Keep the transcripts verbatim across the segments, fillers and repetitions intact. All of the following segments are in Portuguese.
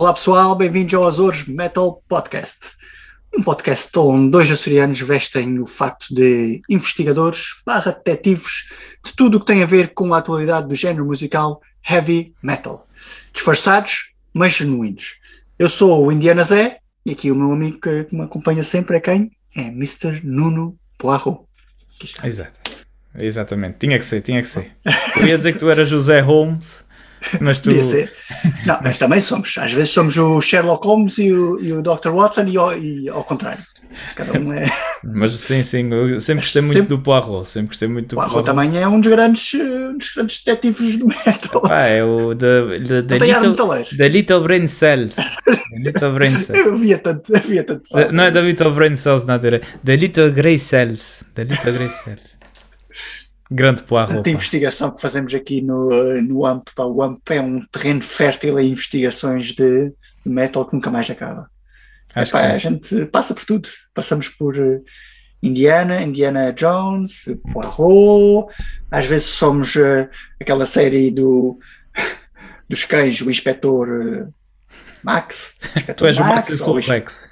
Olá pessoal, bem-vindos ao Azores Metal Podcast. Um podcast onde dois açorianos vestem o fato de investigadores barra detetives de tudo o que tem a ver com a atualidade do género musical heavy metal. Disfarçados, mas genuínos. Eu sou o Indiana Zé e aqui o meu amigo que me acompanha sempre é quem? É mister Nuno Poirot. Aqui está. Exato. Exatamente, tinha que ser, tinha que ser. Eu ia dizer que tu eras José Holmes, mas tu... Podia ser. Não, mas também somos. Às vezes somos o Sherlock Holmes e o, e o doutor Watson e ao, e ao contrário. Cada um é... Mas sim, sim, eu sempre gostei muito Sempre- do Poirot, sempre gostei muito do Poirot Poirot. também é um dos grandes, eh, um dos grandes detetives do metal. Ah, é o da da- da Não tem ar Little, metaleiro. da Little Brain Cells. Da Little Brain Cells. Eu havia tanto, havia tanto Da- falar. Não é da Little Brain Cells, nada, era da Little Grey Cells. Da Little Grey Cells. Grande Poirot, Tanta pá. investigação que fazemos aqui no, eh, no A M P. Pá. O A M P é um terreno fértil em investigações de, de metal que nunca mais acaba. Acho Epá, a que sim. gente passa por tudo. Passamos por eh, Indiana, Indiana Jones, Poirot. Às vezes somos eh, aquela série do, dos cães, o Inspetor eh, Max. Tu Inspetor és o Max e eu ou sou o o Rex.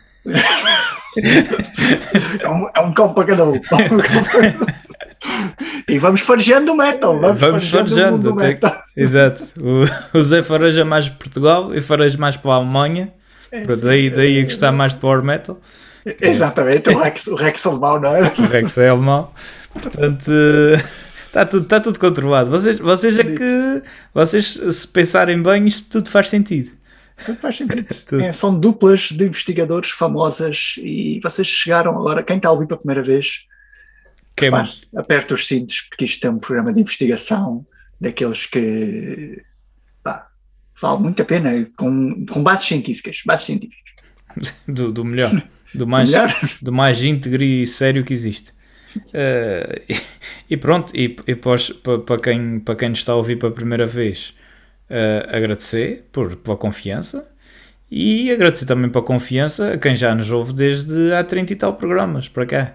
É um, é um cão para cada um. E vamos farejando o metal. Vamos, Vamos farejando o farejando. mundo do até- metal. Exato. O, o Zé fareja mais de Portugal e fareja mais para a Alemanha. É Pronto, assim, daí, daí a eh, gostar mais de Power Metal. Exatamente, o Rex, o Rex alemão, não é? O Rex é alemão. Portanto, está tudo, está tudo controlado. Vocês, vocês é que. Vocês, se pensarem bem, isto tudo faz sentido. Tudo faz sentido. Tudo. É, são duplas de investigadores famosas e vocês chegaram agora, quem está a ouvir pela primeira vez, Que é, prepare-se, aperte os cintos, porque isto é um programa de investigação daqueles que pá, vale muito a pena, com, com bases científicas, bases científicas. do, do melhor. Do mais, Melhor? do mais íntegro e sério que existe. Eh, e, e pronto, e, e para quem, para quem nos está a ouvir pela primeira vez, eh, agradecer por, pela confiança e agradecer também pela confiança a quem já nos ouve desde há trinta e tal programas para cá.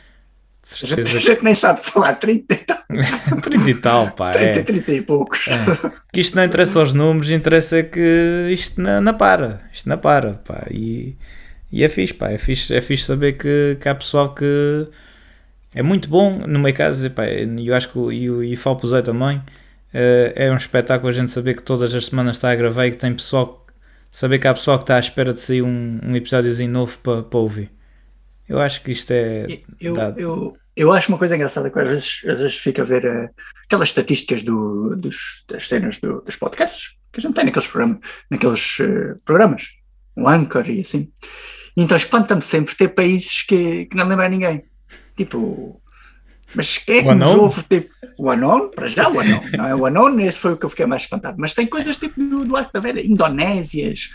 De A gente, certeza a gente nem sabe falar trinta, que trinta e tal, pá. trinta, É, trinta e poucos. que isto não interessa aos números, interessa que isto não, não para. Isto não para, pá. E, e é fixe, pá. É fixe, é fixe saber que, que há pessoal que é muito bom, no meu caso, pá, e eu acho que, o- e, o- e falo para o Zé também, eh, é um espetáculo a gente saber que todas as semanas está a gravar e que tem pessoal, saber que há pessoal que está à espera de sair um, um episódiozinho novo para, para ouvir. Eu acho que isto é... Eu, dá- eu, eu acho uma coisa engraçada que às vezes, às vezes fica a ver eh, aquelas estatísticas do, dos, das cenas do- dos podcasts que a gente tem naqueles, program, naqueles eh, programas, o Anchor e assim. E então espanta-me sempre ter países que, que não lembram a ninguém. Tipo, mas quem é O que nos Unknown? ouve? Tipo, o Anon, para já o Anon, não é? O Anon, esse foi o que eu fiquei mais espantado. Mas tem coisas tipo do, do Arco da Velha, Indonésias,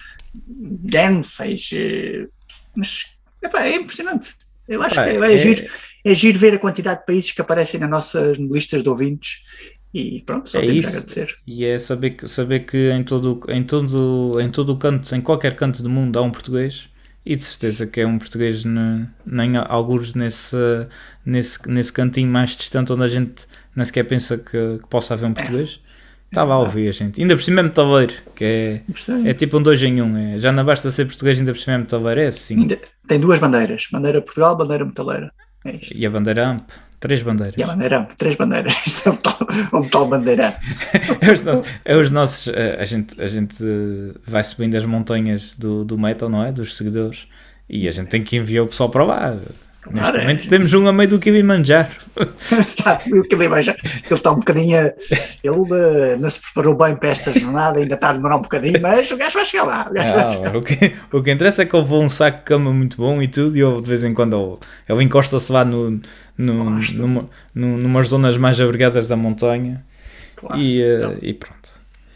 Guernsey's, eh, mas epá, é impressionante. Eu acho Pá, que é, é- giro, é giro ver a quantidade de países que aparecem nas nossas listas de ouvintes e pronto, só É temos a isso. agradecer. E é saber que, saber que em todo, em, todo, em todo o canto, em qualquer canto do mundo há um português e de certeza que é um português ne- nem há alguns nesse, nesse, nesse cantinho mais distante onde a gente nem sequer pensa que, que possa haver um português. Estava a ouvir a gente. Ainda por cima é metaleiro, que é, é tipo um dois em um. É, já não basta ser português, ainda por cima é metaleiro. É assim. Ainda tem duas bandeiras, bandeira Portugal, bandeira metaleira. É isto. E a bandeira AMP, três bandeiras. E a bandeira, três bandeiras. Isto é um tal, um tal bandeira. É os nossos, é os nossos eh, a, gente, a gente eh, vai subindo as montanhas do, do metal, não é? Dos seguidores. E a gente tem que enviar o pessoal para lá. Neste Claro, é. momento temos um a meio do Kilimanjaro. Está a subir o Kilimanjaro já. Ele está um bocadinho. a- Ele eh, não se preparou bem para esta jornada, ainda está a demorar um bocadinho, mas o gajo vai chegar lá. O gajo vai chegar. Ah, o, que, o que interessa é que ele levou um saco de cama muito bom e tudo. E ele, de vez em quando ele, ele encosta-se lá no, no, Gosto. numa, num- numas zonas mais abrigadas da montanha. Claro. E, eh, Então, e pronto.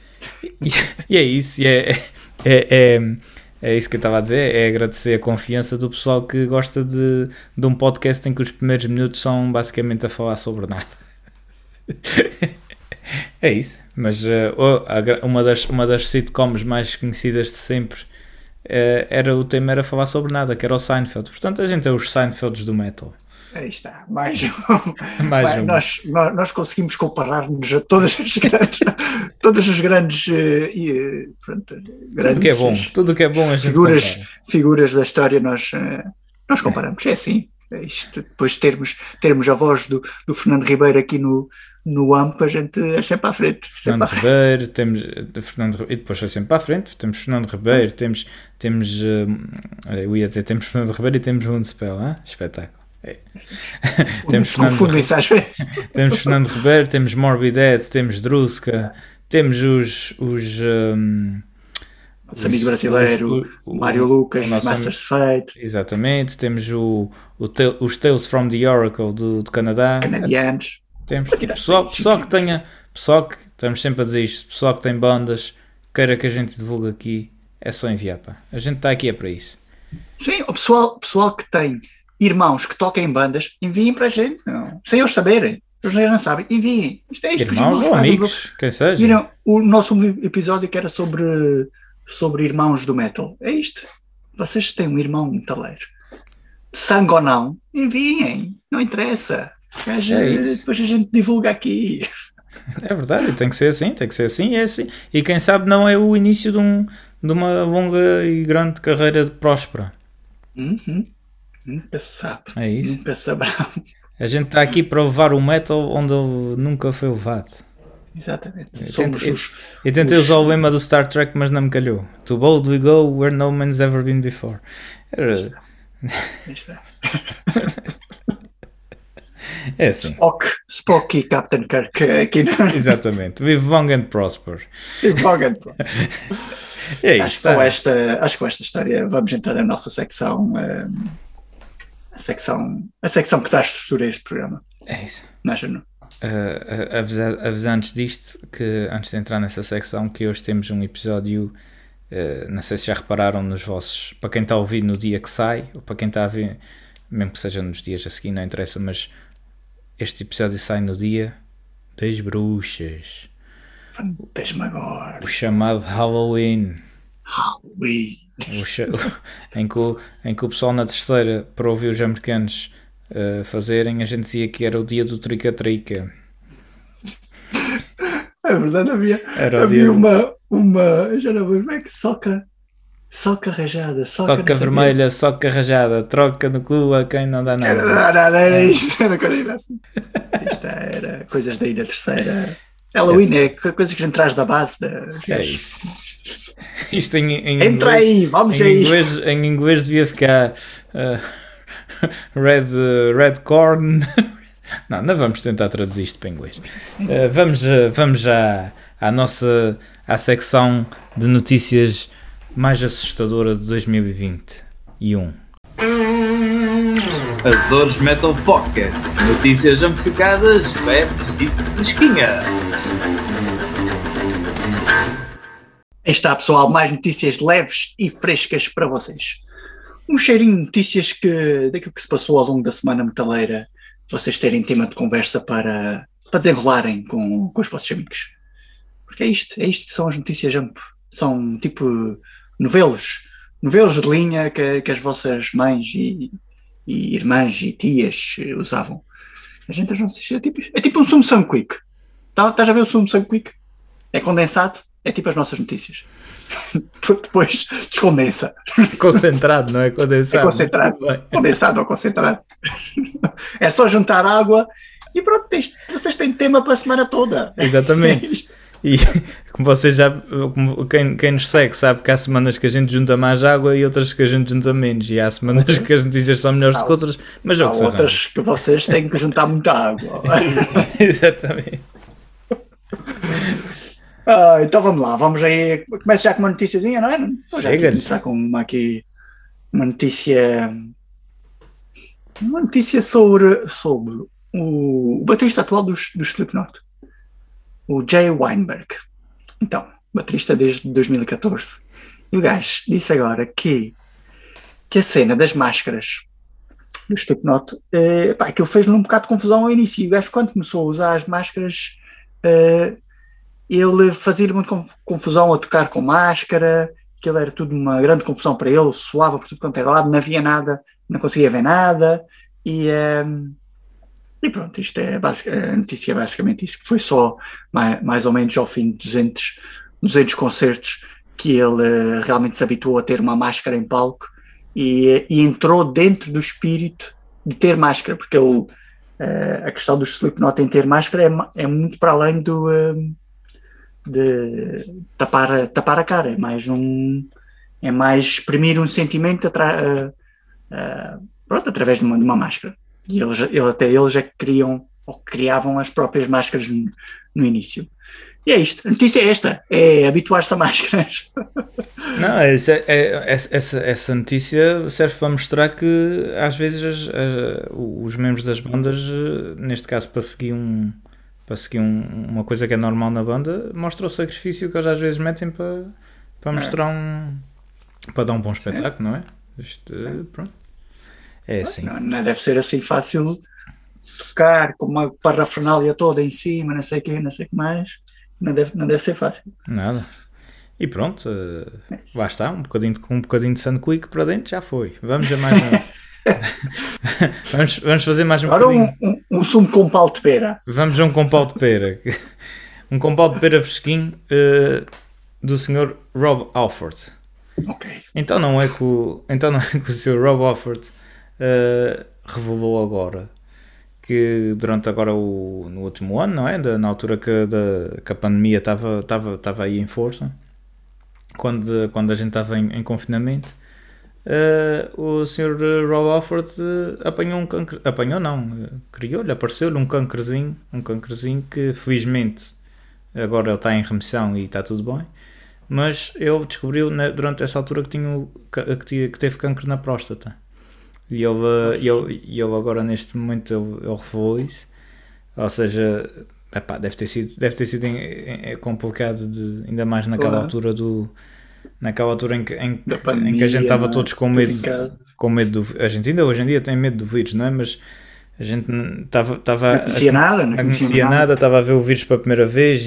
E, e é isso. E é, é, é, é isso que eu estava a dizer. É agradecer a confiança do pessoal que gosta de, de um podcast em que os primeiros minutos são basicamente a falar sobre nada. É isso. Mas eh, o- a gra- uma, das, uma das sitcoms mais conhecidas de sempre eh, era o tema era falar sobre nada, que era o Seinfeld. Portanto, a gente é os Seinfelds do metal. Aí está, mais um. Mais Bem, um. nós, nós, nós conseguimos comparar-nos a todas as grandes, todas as grandes, eh, e, pronto, Tudo que é grandes bom, tudo que é bom a gente figuras, compara. figuras da história nós, eh, nós comparamos. É assim. É isto. Depois termos, termos a voz do, do Fernando Ribeiro aqui no, no A M P, a gente é sempre à frente. Sempre Fernando à frente. Ribeiro, temos de Fernando Ribeiro, e depois foi sempre para a frente, temos Fernando Ribeiro, temos, temos uh, eu ia dizer, temos Fernando Ribeiro e temos Municipal, hein? Espetáculo. É. temos, Fernando, temos Fernando Ribeiro, temos Morbidette, temos Druska, temos os os, um, os amigos brasileiros, o, o Mário Lucas, os Masters Fate. Exatamente, temos o, o, os Tales from the Oracle do, do Canadá. Canadianos. Temos pessoal, pessoal que tenha, pessoal que, estamos sempre a dizer isto, pessoal que tem bandas, queira que a gente divulgue aqui, é só enviar, pá. A gente está aqui é para isso. Sim, o pessoal, pessoal que tem irmãos que toquem em bandas, enviem para a gente, não. Sem eles saberem. Eles não sabem, enviem. Isto é isto irmãos que os ou amigos, quem seja. Viram o nosso episódio que era sobre, sobre irmãos do metal. É isto. Vocês têm um irmão metaleiro. Sangue ou não, enviem. Não interessa. Mas, é depois a gente divulga aqui. É verdade, tem que ser assim, tem que ser assim, é assim. E quem sabe não é o início de, um, de uma longa e grande carreira próspera. Uhum. Nunca sabe. É isso. Nunca saberá. A gente está aqui para levar o metal onde ele nunca foi levado. Exatamente. Eu Somos tentei, os, eu tentei os... usar o lema do Star Trek, mas não me calhou. To bold we go where no man's ever been before. Era... Está. É assim. Spock, Spock e Captain Kirk aqui no... Exatamente. Vive long and prosper. Vive long and prosper. É isso, acho, que com esta, acho que com esta história vamos entrar na nossa secção, um, a secção, a secção que dá estrutura a este programa. É isso. Não acha, não? Uh, avisar, avisar antes disto, que antes de entrar nessa secção, que hoje temos um episódio, uh, não sei se já repararam nos vossos, para quem está a ouvir no dia que sai, ou para quem está a ver, mesmo que seja nos dias a seguir, não interessa, mas este episódio sai no dia das bruxas. Fantasmagórico. O chamado Halloween. Halloween. O cha- em, que o, em que o pessoal na terceira, para ouvir os americanos uh, fazerem, a gente dizia que era o dia do trica-trica. É verdade, havia, Era havia dia... uma, uma, já não lembro, como é que soca, soca rajada, soca, soca vermelha, soca rajada, troca no cu a quem não dá nada. Era, era, era, era isto, era coisa assim. Isto era coisas daí da terceira. Halloween é, é coisas que a gente traz da base. Da... É isso. Isto em, em Entra inglês, aí, vamos em aí. Inglês, em inglês devia ficar uh, red, uh, red corn. Não, não vamos tentar traduzir isto para inglês. Uh, vamos, uh, vamos já à nossa à secção de notícias mais assustadora de dois mil e vinte e um. Azores Metal Podcast. Notícias amplificadas, leves e fresquinhas. Aí está, pessoal, mais notícias leves e frescas para vocês. Um cheirinho de notícias que, daquilo que se passou ao longo da semana metaleira, vocês terem tema de conversa para, para desenrolarem com, com os vossos amigos. Porque é isto, é isto que são as notícias jump. São tipo novelos, novelos de linha que, que as vossas mães e, e irmãs e tias usavam. A gente não sei, é tipo, é tipo um sumo Sun Quick. Estás tá, a ver o sumo Sun Quick? É condensado. É tipo as nossas notícias. Depois descondensa. Concentrado, não é condensado? É concentrado. Condensado ou concentrado. É só juntar água e pronto, tens, vocês têm tema para a semana toda. Exatamente. E como vocês já, como quem, quem nos segue sabe que há semanas que a gente junta mais água e outras que a gente junta menos. E há semanas okay. que as notícias são melhores do que outras, mas é o que se outras arranja. Que vocês têm que juntar muita água. Exatamente. Ah, então vamos lá, vamos aí, começo já com uma noticiazinha, não é? Vou já aqui começar com uma aqui, uma notícia, uma notícia sobre, sobre o, o baterista atual dos, dos Slipknot, o Jay Weinberg. Então, baterista desde dois mil e catorze. E o gajo disse agora que, que a cena das máscaras do Slipknot, eh, pá, aquilo fez-lhe um bocado de confusão ao início. E o gajo, quando começou a usar as máscaras, eh, ele fazia-lhe muito confusão a tocar com máscara, aquilo era tudo uma grande confusão para ele, soava por tudo quanto era lado, não havia nada, não conseguia ver nada, E, um, e pronto, isto é basic, a notícia é basicamente isso, que foi só mais, mais ou menos ao fim de duzentos, duzentos concertos que ele uh, realmente se habituou a ter uma máscara em palco e, e entrou dentro do espírito de ter máscara, porque ele, uh, a questão do Slipknot em ter máscara é, é muito para além do, uh, de tapar, tapar a cara, é mais um é mais exprimir um sentimento atra, uh, uh, pronto, através de uma, de uma máscara. E eles, ele, até eles é que criam ou criavam as próprias máscaras no, no início. E é isto, a notícia é esta, é habituar-se a máscaras. Não, é, é, essa, essa notícia serve para mostrar que às vezes as, a, os membros das bandas, neste caso para seguir, um, para seguir um, uma coisa que é normal na banda, mostra o sacrifício que eles às vezes metem para, para mostrar um... para dar um bom espetáculo, não é? Isto, pronto. É assim. Não, não deve ser assim fácil tocar com uma parafernália toda em cima, não sei o quê, não sei o que mais. Não deve, não deve ser fácil. Nada. E pronto, uh, é lá está, um bocadinho, com um bocadinho de Sunquick para dentro já foi. Vamos a mais um. vamos, vamos fazer mais um Agora bocadinho. Um, um, um sumo com pau de pera. Vamos a um compal de pera. um compal de pera fresquinho uh, do senhor Rob Halford. Okay. Então não é que o, então não é que o senhor Rob Halford uh, revelou agora que durante agora o, no último ano, não é? Da, na altura que, da, que a pandemia estava, estava, estava aí em força, quando, quando a gente estava em, em confinamento, uh, o senhor Rob Halford uh, apanhou um cancro, apanhou não, uh, criou-lhe, apareceu-lhe um cancrozinho, um cancrozinho que felizmente agora ele está em remissão e está tudo bem. Mas ele descobriu né, durante essa altura que, tinha, que, que teve cancro na próstata. E ele, ele, ele agora neste momento ele, ele revelou isso. Ou seja, epá, deve ter sido, deve ter sido em, em, complicado, de, ainda mais naquela claro. altura do... Naquela altura em que, em, pandemia, em que a gente estava todos com medo, com medo do... A gente ainda hoje em dia tem medo do vírus, não é? Mas a gente estava... Não conhecia nada, não conhecia nada, estava a ver o vírus pela primeira vez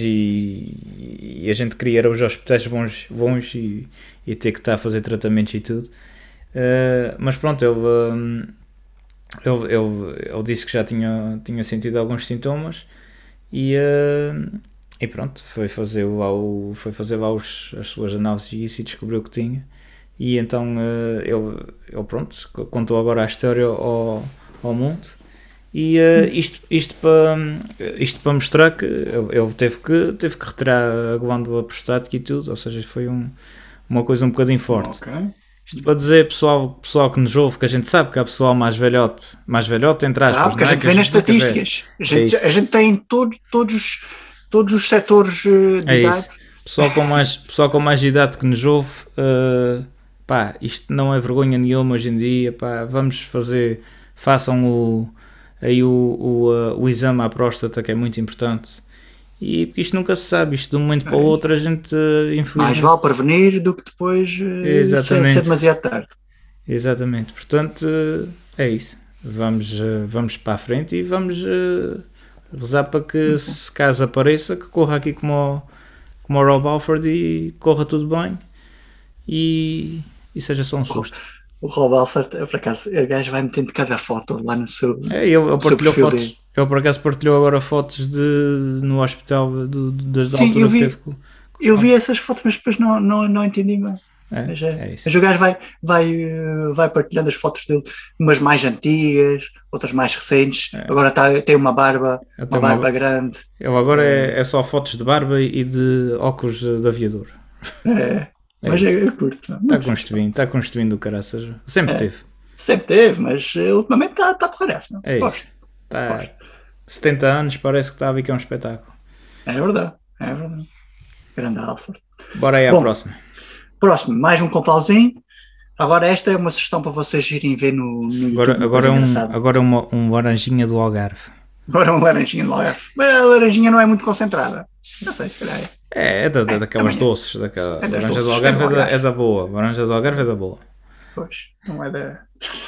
e... e a gente queria ir aos hospitais longe, longe e, e ter que estar a fazer tratamentos e tudo. Uh, mas pronto, ele, um, ele, ele, ele disse que já tinha, tinha sentido alguns sintomas e, uh, e pronto, foi fazer lá, o, foi fazer lá os, as suas análises e isso e descobriu que tinha. E então uh, ele, ele pronto, contou agora a história ao, ao mundo. E uh, isto, isto, para, isto para mostrar que ele, ele teve, que teve que retirar a glândula prostática e tudo, ou seja, foi um, uma coisa um bocadinho forte. Okay. Isto para dizer, pessoal, pessoal que nos ouve, que a gente sabe que há pessoal mais velhote, mais velhote entre aspas. Sabe, porque a gente vê nas estatísticas. A gente, é a gente tem todo, todos, todos os setores uh, de é idade. Isso. Pessoal com mais, pessoal com mais idade que nos ouve, uh, pá, isto não é vergonha nenhuma hoje em dia, pá, vamos fazer, façam o... aí o, o, uh, o exame à próstata, que é muito importante, e isto nunca se sabe, isto de um momento para o outro a gente uh, infelizmente... Mais vale prevenir do que depois uh, ser, ser demasiado tarde. Exatamente, portanto uh, é isso, vamos, uh, vamos para a frente e vamos uh, rezar para que uhum. se caso apareça, que corra aqui como o, como o Rob Halford e corra tudo bem e, e seja só um susto. O Rob Halford, por acaso, o gajo vai metendo cada foto lá no seu. É, ele, ele partilhou fotos. Dele. Ele por acaso partilhou agora fotos de, no hospital do, das Sim, alturas eu vi, que teve. Com, com... Eu vi essas fotos, mas depois não, não, não entendi bem. É, mas, é, é isso. mas o gajo vai, vai, vai partilhando as fotos dele, umas mais antigas, outras mais recentes. É. Agora tá, tem uma barba, uma barba uma... grande. Ele agora é, é só fotos de barba e de óculos de aviador. É. É mas eu, eu curto. Está construindo, está construindo o caraças. Sempre é, teve. Sempre teve, mas ultimamente está tá porreiro. É isso. Está setenta anos, parece que está a ver que é um espetáculo. É verdade, é verdade. Grande Halford. Bora aí à Bom, próxima. Próximo, mais um compauzinho. Agora esta é uma sugestão para vocês irem ver no, no agora, YouTube. Agora, um, agora uma, um laranjinha do Algarve. Agora um laranjinha do Algarve. Mas a laranjinha não é muito concentrada. Não sei, se calhar é. É, é, da, é daquelas doces. Daquela, é laranja doces, do Algarve é, da, é da boa. Laranja do Algarve é da boa. Pois, não é da...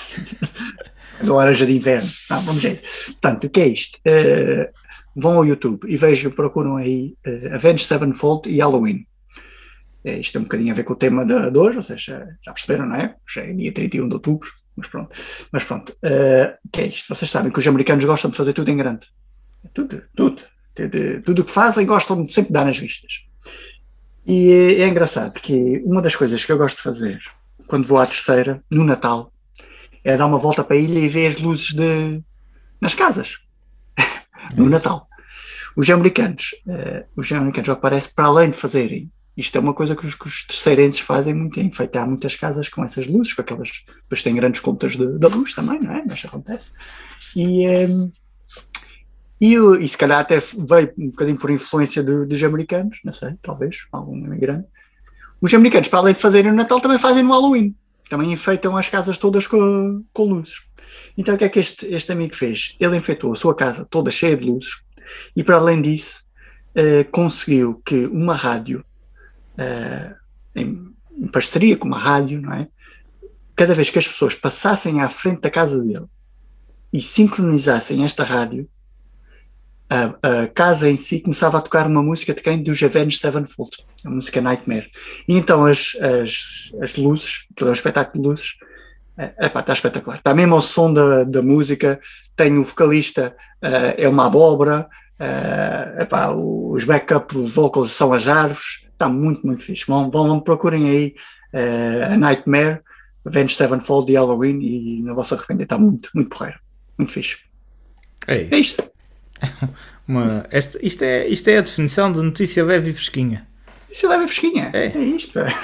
é da laranja de inverno. Não, vamos ver. Portanto, o que é isto? Uh, vão ao YouTube e vejam, procuram aí uh, Avenged Sevenfold e Halloween. É, isto tem um bocadinho a ver com o tema de, de hoje, ou seja, já perceberam, não é? Já é dia trinta e um de outubro. Mas pronto, mas pronto. Uh, que é isto? Vocês sabem que os americanos gostam de fazer tudo em grande. Tudo, tudo. Tudo, tudo o que fazem gostam de sempre dar nas vistas. E é, é engraçado que uma das coisas que eu gosto de fazer quando vou à terceira, no Natal, é dar uma volta para a ilha e ver as luzes de, nas casas. No Natal. Os americanos, uh, os americanos, ao que parece, para além de fazerem, isto é uma coisa que os, que os terceirenses fazem muito, é enfeitar muitas casas com essas luzes, com aquelas, depois têm grandes contas de, da luz também, não é? Mas acontece. E, um, e, e se calhar até veio um bocadinho por influência do, dos americanos, não sei, talvez, algum imigrante. Os americanos, para além de fazerem no Natal, também fazem no Halloween. Também enfeitam as casas todas com, com luzes. Então o que é que este, este amigo fez? Ele enfeitou a sua casa toda cheia de luzes e, para além disso, uh, conseguiu que uma rádio, uh, em, em parceria com uma rádio, não é? Cada vez que as pessoas passassem à frente da casa dele e sincronizassem esta rádio, a, a casa em si começava a tocar uma música de quem? Dos Avenged Sevenfold, a música Nightmare. E então as, as, as luzes, aquilo é um espetáculo de luzes, epá, está espetacular. Está mesmo ao som da, da música, tem o vocalista, uh, é uma abóbora, uh, epá, os backup vocals são as árvores, está muito, muito fixe. Vão, vão, vão procurem aí uh, a Nightmare, Avenged Sevenfold de Halloween e não vão se arrepender, está muito, muito porreiro, muito fixe. É isso. É isto. Uma, esta, isto, é, isto é a definição de notícia leve e fresquinha. Isso é leve e fresquinha, é, é isto. uh,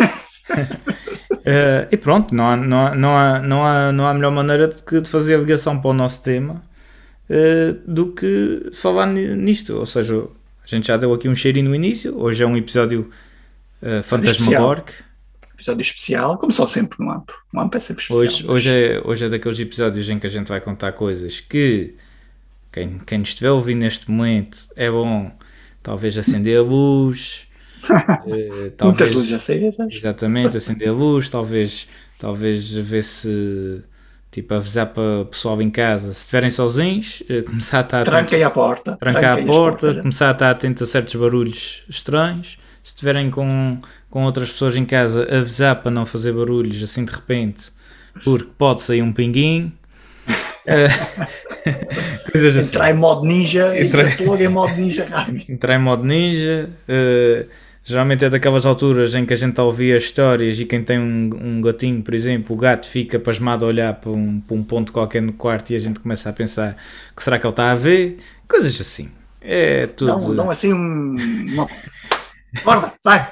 e pronto, não há, não, há, não, há, não, há, não há melhor maneira de, que de fazer a ligação para o nosso tema uh, do que falar nisto. Ou seja, a gente já deu aqui um cheirinho no início, hoje é um episódio uh, fantasmagórico. Episódio especial, como só sempre no A M P. O A M P é sempre especial. Hoje, mas... hoje, é, hoje é daqueles episódios em que a gente vai contar coisas que quem, quem nos estiver a ouvir neste momento é bom talvez acender a luz. Uh, talvez, muitas luzes acesas. Exatamente, acender a luz, talvez, talvez ver se tipo avisar para o pessoal em casa, se estiverem sozinhos, uh, começar a estar atento, tranquem a porta, trancar a porta, começar a estar atento a certos barulhos estranhos. Se estiverem com, com outras pessoas em casa, avisar para não fazer barulhos assim de repente, porque pode sair um pinguinho. uh, coisas assim. Entrar em modo ninja, entrar logo em modo ninja rápido. Entrar em modo ninja. Uh, geralmente é daquelas alturas em que a gente está a ouvir as histórias e quem tem um, um gatinho, por exemplo, o gato fica pasmado a olhar para um, para um ponto qualquer no quarto e a gente começa a pensar que será que ele está a ver? Coisas assim. É tudo. Não, não assim um... Uma... Bora, vai!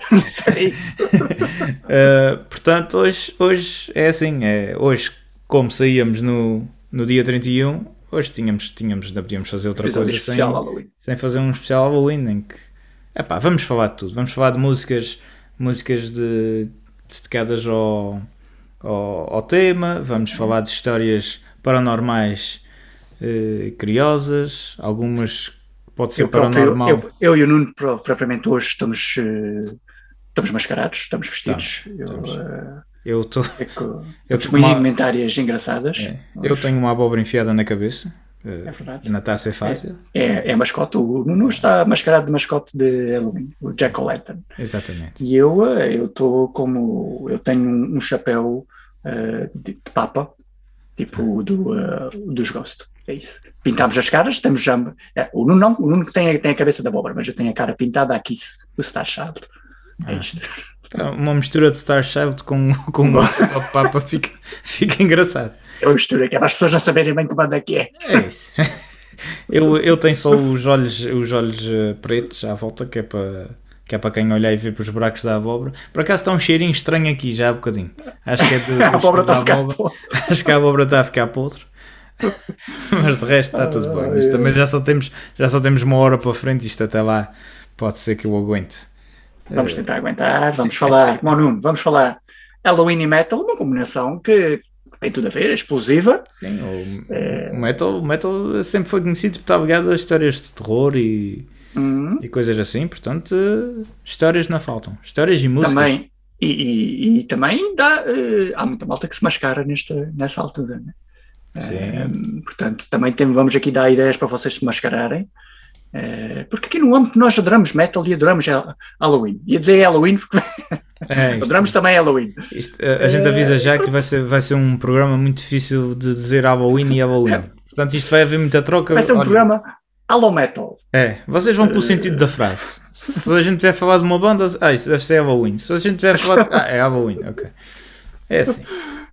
uh, portanto, hoje, hoje é assim, é, hoje como saíamos no, no dia trinta e um, hoje tínhamos, tínhamos, ainda podíamos fazer outra coisa sem, sem fazer um especial Halloween em que, epá, vamos falar de tudo, vamos falar de músicas, músicas de, dedicadas ao, ao, ao tema, vamos falar de histórias paranormais eh, curiosas, algumas pode ser eu paranormal. Próprio, eu, eu e o Nuno propriamente hoje estamos, uh, estamos mascarados, estamos vestidos. Estamos, eu, estamos. Uh, Eu estou. Eu tenho uma... indumentárias engraçadas. É. Eu tenho uma abóbora enfiada na cabeça. É verdade. Não está a ser fácil. É, é, é mascote. O Nuno está mascarado de mascote de Halloween, o Jack-o'-lantern. Exatamente. E eu eu estou como. Eu tenho um, um chapéu uh, de, de papa, tipo do, uh, dos Ghost. É isso. Pintámos as caras, temos já. É, o Nuno não, o Nuno tem, a, tem a cabeça da abóbora, mas eu tenho a cara pintada aqui, o Star Child. É isto. Ah. Uma mistura de Star Child com, com o Papa fica, fica engraçado. É uma mistura que é para as pessoas não saberem bem que banda é que é. É isso. Eu, eu tenho só os olhos, os olhos pretos à volta, que é para, que é para quem olhar e ver para os buracos da abóbora. Por acaso está um cheirinho estranho aqui já há bocadinho. Acho que é de, a abóbora está a ficar abóbora. Acho que a abóbora está a ficar podre. Mas de resto está tudo bem. Isto também já só, temos, já só temos uma hora para frente. Isto até lá pode ser que eu aguente. Vamos tentar aguentar, vamos falar, como o Nuno, vamos falar Halloween e metal, uma combinação que tem tudo a ver, é explosiva. Sim, o, é... o, metal, o metal sempre foi conhecido por estar ligado a histórias de terror e, uhum. e coisas assim, portanto, histórias não faltam, histórias e músicas. Também, e, e, e também dá, uh, há muita malta que se mascara nesta, nessa altura, né? Sim. Uh, portanto, também tem, vamos aqui dar ideias para vocês se mascararem. Uh, porque aqui no âmbito nós adoramos metal e adoramos Halloween. Ia dizer Halloween porque é, isto, adoramos também Halloween. Isto, a, a gente avisa já que vai ser, vai ser um programa muito difícil de dizer Halloween e Halloween. É. Portanto, isto vai haver muita troca. Vai ser um Olha, programa Halo Metal. É, vocês vão pelo sentido da frase. Se a gente tiver falado de uma banda, ah, isso deve ser Halloween. Se a gente tiver falado, ah, é Halloween, ok. É assim.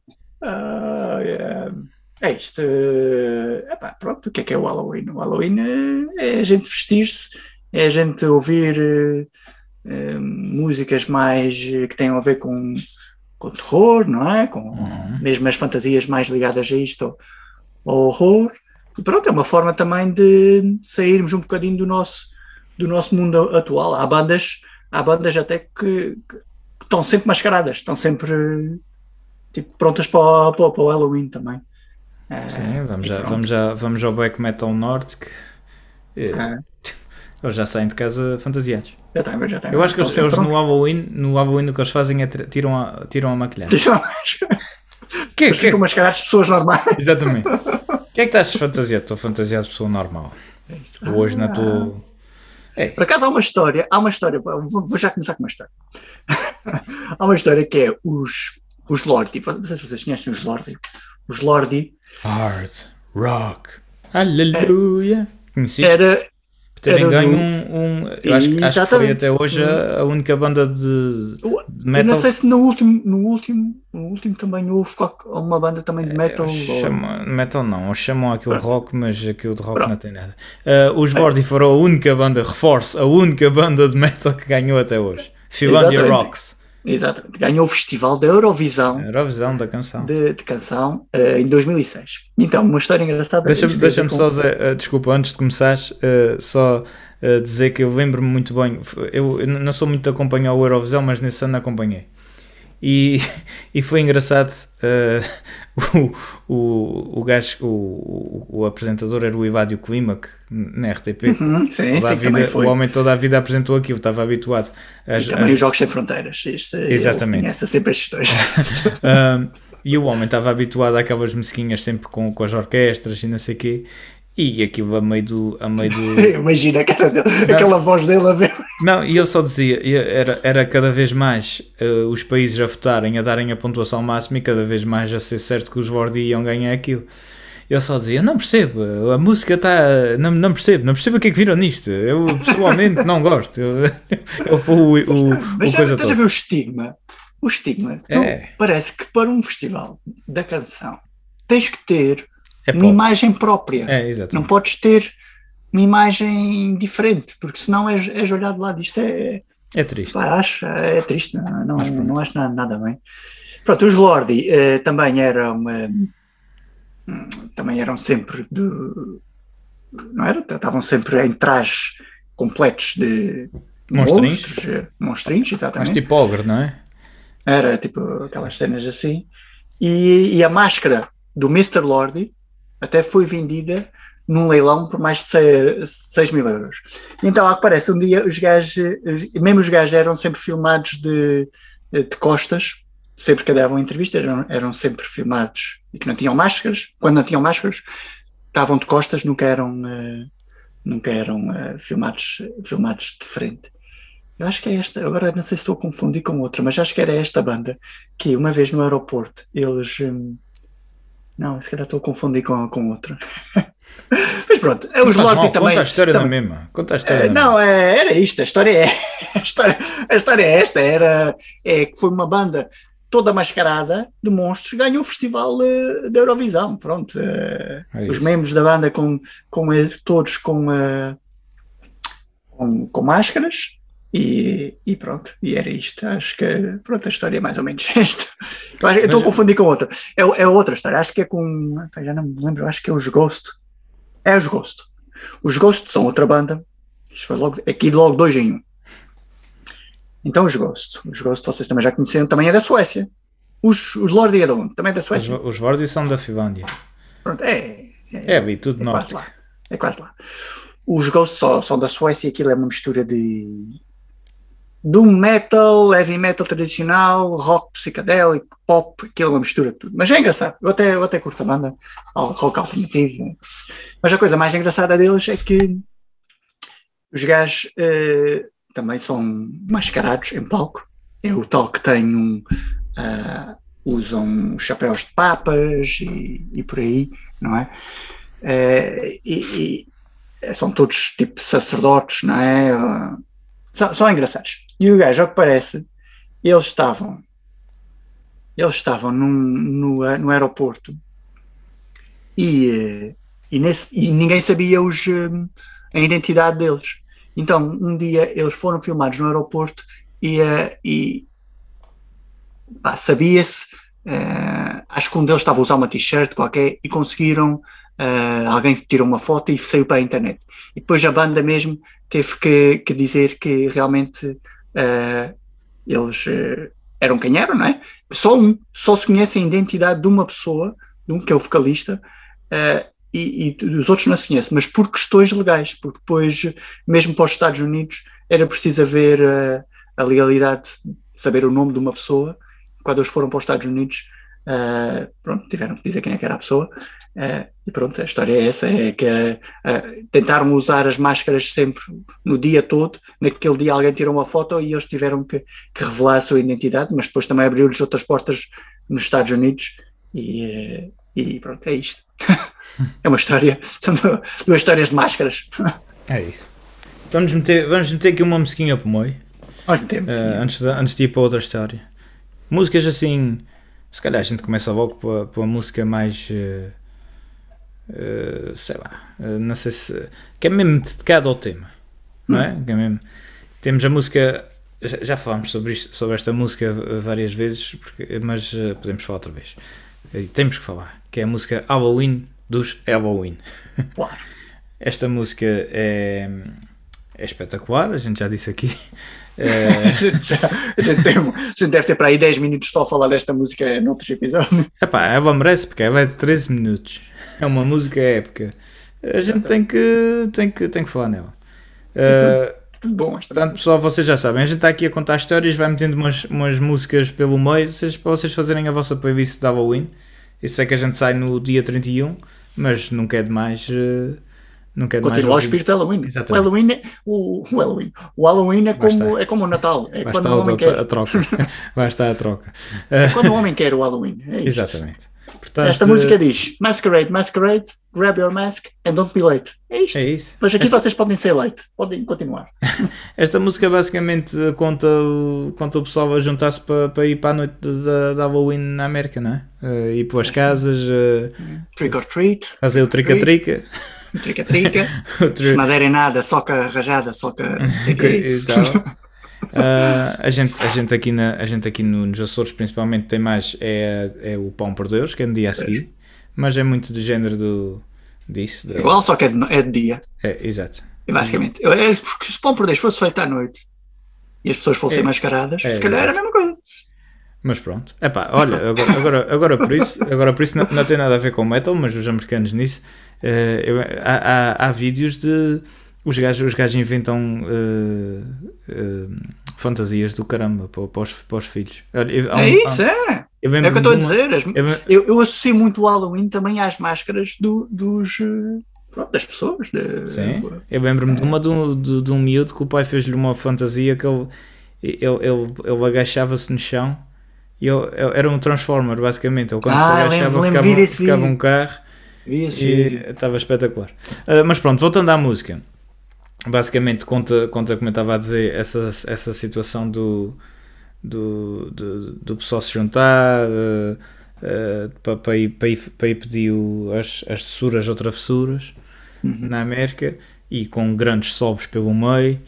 Uh, yeah. É isto. Epá, pronto, o que é que é o Halloween? O Halloween é a gente vestir-se, é a gente ouvir uh, uh, músicas mais que tenham a ver com, com terror, não é? Com uhum. mesmo as fantasias mais ligadas a isto, ao, ao horror. E pronto, é uma forma também de sairmos um bocadinho do nosso, do nosso mundo atual. Há bandas, há bandas até que, que estão sempre mascaradas, estão sempre tipo, prontas para o, para, para o Halloween também. Sim, vamos, já, vamos, já, vamos ao Black Metal Norte que é. Eles já saem de casa fantasiados. Já tem, já tem. Eu acho que eles, eles no Halloween, no Halloween o que eles fazem é tiram a, tiram a maquilhagem. Tiram a maquilhagem. Que, eles que, ficam mascarados de pessoas normais. Exatamente. O que é que estás fantasiado? Estou fantasiado de pessoa normal. É Hoje ah. na tua... É. Por acaso há uma história, há uma história, vou, vou já começar com uma história. Há uma história que é os, os Lordi, não sei se vocês conhecem os Lordi. Os Lordi. Hard Rock. Aleluia. Conhecidos? Era... Terem ganho um, um eu acho, acho que foi até hoje a, a única banda de, de metal. Eu não sei se no último, no último, no último também houve uma banda também de metal. É, chama, ou... Metal não, eles chamam aquilo Pronto. rock, mas aquilo de rock Pronto. não tem nada. Uh, os Lordi foram a única banda, reforço, a única banda de metal que ganhou até hoje. Finlandia Rocks. Exatamente, ganhou o festival da Eurovisão, Eurovisão da canção, de, de canção uh, em dois mil e seis. Então, uma história engraçada. Deixa-me, deixa-me com... só, uh, desculpa, antes de começares, uh, só uh, dizer que eu lembro-me muito bem. Eu, eu não sou muito de acompanhar o Eurovisão, mas nesse ano acompanhei. E, e foi engraçado. Uh, o, o, o gajo, o, o apresentador era o Ivádio Klimak na R T P. Uhum, sim, toda sim, a vida, o homem toda a vida apresentou aquilo, estava habituado. As, e também as... os Jogos Sem Fronteiras. Isto, Exatamente. Conhece sempre estes dois. um, e o homem estava habituado àquelas musiquinhas sempre com, com as orquestras e não sei o quê. E aquilo a meio do... A meio do... Imagina a cara dele, aquela voz dele a ver. Não, e eu só dizia, era, era cada vez mais uh, os países a votarem, a darem a pontuação máxima e cada vez mais a ser certo que os Lordi iam ganhar aquilo. Eu só dizia, não percebo, a música está... Não, não percebo, não percebo o que é que viram nisto. Eu pessoalmente não gosto. Eu, eu fui o, o, Mas o já coisa estás toda. a ver o estigma? O estigma. É. Tu, parece que para um festival da canção tens que ter... É uma imagem própria. É, exatamente. Não podes ter uma imagem diferente, porque senão és, és olhado de lado. Isto é... É triste. Pá, acho, é triste, não, não, não acho nada, nada bem. Pronto, os Lordi eh, também eram... Eh, também eram sempre... De, não era? Estavam sempre em trajes completos de monstrinhos. monstros. Monstrinhos, exatamente. Mas tipo ogre, não é? Era tipo aquelas cenas assim. E, e a máscara do mister Lordi até foi vendida num leilão por mais de seis mil euros. Então, ao que parece, um dia os gajos, mesmo os gajos eram sempre filmados de, de costas, sempre que davam entrevista, eram, eram sempre filmados e que não tinham máscaras. Quando não tinham máscaras, estavam de costas, nunca eram, uh, nunca eram uh, filmados, filmados de frente. Eu acho que é esta, agora não sei se estou a confundir com outra, mas acho que era esta banda que uma vez no aeroporto eles... Um, Não, se calhar estou a confundir com, com outra. Mas pronto, os Lordi também... Conta a história também, da mesma. Conta a história é, da não, mesma. É, era isto, a história é... A história, a história é esta, era, é que foi uma banda toda mascarada de monstros, ganhou o festival uh, da Eurovisão, pronto. Uh, é os membros da banda com, com, uh, todos com, uh, com, com máscaras. E, e pronto, e era isto. Acho que pronto, a história é mais ou menos esta. Eu, acho, eu estou a confundir com outra. É, é outra história, acho que é com. Já não me lembro, acho que é os Ghost. É os Ghost. Os Ghost são outra banda. Isto foi logo, aqui logo dois em um. Então os Ghost. Os Ghost vocês também já conheceram, também é da Suécia. Os, os Lordi é de onde? Também é da Suécia. Os, os Lordi são da Finlândia. Pronto, é. É, é ali, tudo é norte. Quase lá. É quase lá. Os Ghost só, são da Suécia e aquilo é uma mistura de. Do metal, heavy metal tradicional, rock psicadélico, pop, aquilo é uma mistura de tudo. Mas é engraçado, eu até, eu até curto a banda, rock alternativo. Mas a coisa mais engraçada deles é que Os gajos uh, também são mascarados em palco. É o tal que tem um... Uh, usam chapéus de papas e, e por aí, não é? Uh, e, e são todos tipo sacerdotes, não é? Uh, são, são engraçados. E o gajo, ao que parece, eles estavam eles estavam num, no, no aeroporto e, e, nesse, e ninguém sabia os, a identidade deles. Então, um dia eles foram filmados no aeroporto e, e pá, sabia-se, uh, acho que um deles estava a usar uma t-shirt qualquer e conseguiram, uh, alguém tirou uma foto e saiu para a internet. E depois a banda mesmo teve que, que dizer que realmente uh, eles uh, eram quem eram, não é? Só um, só se conhece a identidade de uma pessoa, de um que é o vocalista, uh, e, e os outros não se conhecem, mas por questões legais, porque depois, mesmo para os Estados Unidos, era preciso haver uh, a legalidade, saber o nome de uma pessoa. Quando eles foram para os Estados Unidos, uh, pronto, tiveram que dizer quem é que era a pessoa, uh, e pronto, a história é essa, é que uh, tentaram usar as máscaras sempre, no dia todo, naquele dia alguém tirou uma foto e eles tiveram que, que revelar a sua identidade, mas depois também abriu-lhes outras portas nos Estados Unidos, e, uh, e pronto, é isto. É uma história, são duas histórias de máscaras. É isso. Vamos meter, vamos meter aqui uma musiquinha para o meio, Nós metemos, uh, antes, de, antes de ir para outra história. Músicas assim, se calhar a gente começa logo pela, pela música mais, uh, uh, sei lá, uh, não sei se, que é mesmo dedicado ao tema, não é? Que é mesmo, temos a música, já, já falámos sobre, isto, sobre esta música várias vezes, porque, mas uh, podemos falar outra vez, e temos que falar, que é a música Halloween dos Halloween. Claro. Esta música é, é espetacular, a gente já disse aqui. É... a, gente tem, a gente deve ter para aí dez minutos só a falar desta música noutros episódios. Epá, ela merece porque ela é de treze minutos. É uma música épica. A gente tem que, tem que, tem que falar nela. Uh, tudo, tudo bom. Portanto, pessoal, vocês já sabem. A gente está aqui a contar histórias, vai metendo umas, umas músicas pelo meio vocês, para vocês fazerem a vossa playlist de Halloween. Isso é que a gente sai no dia trinta e um, mas não quer demais... Uh, Não quer Continua o espírito de Halloween. Exatamente. O Halloween é, o, o Halloween. O Halloween é como, é como o Natal. É vai quando estar o homem a, quer. a troca. Vai estar a troca. É quando o homem quer o Halloween. É isto. Exatamente. Portanto, esta música diz: Masquerade, masquerade, grab your mask and don't be late. É isto. É isso. Mas aqui esta... vocês podem ser late. Podem continuar. Esta música basicamente conta o, conta o pessoal a juntar-se para, para ir para a noite de, de, de Halloween na América, não é? Uh, ir pelas casas. Uh, trick or treat. Fazer o trica-trica. Trica-trica. Se não derem nada, soca rajada, soca não sei o quê. Então, uh, a, gente, a gente aqui, na, a gente aqui no, nos Açores principalmente tem mais é, é o Pão por Deus, que é no dia a seguir, mas é muito do género do, disso. Do... Igual, só que é de, é de dia. É, exato. E basicamente, é porque se o Pão por Deus fosse feito à noite e as pessoas fossem é, mascaradas, é, se calhar era a mesma coisa. Mas pronto, epá, olha, agora, agora, agora por isso, agora por isso não, não tem nada a ver com metal, mas os americanos nisso, uh, eu, há, há, há vídeos de os gajos, os gajos inventam uh, uh, fantasias do caramba para, para, os, para os filhos. Olha, eu, é um, isso, é. É o que eu estou a dizer. As, eu, eu, eu associo muito o Halloween também às máscaras do, dos, pronto, das pessoas. De, sim, eu lembro-me é. de uma de um, de, de um miúdo que o pai fez-lhe uma fantasia que ele, ele, ele, ele agachava-se no chão. E eu, eu, era um Transformer, basicamente. Ele, quando ah, se agachava, lembro, ficava, ficava um carro isso, e estava espetacular. Uh, mas pronto, voltando à música. Basicamente, conta, conta como eu estava a dizer, essa, essa situação do, do, do, do pessoal se juntar uh, uh, para, para, ir, para, ir, para ir pedir o, as, as tessuras ou travessuras uhum. na América e com grandes solos pelo meio.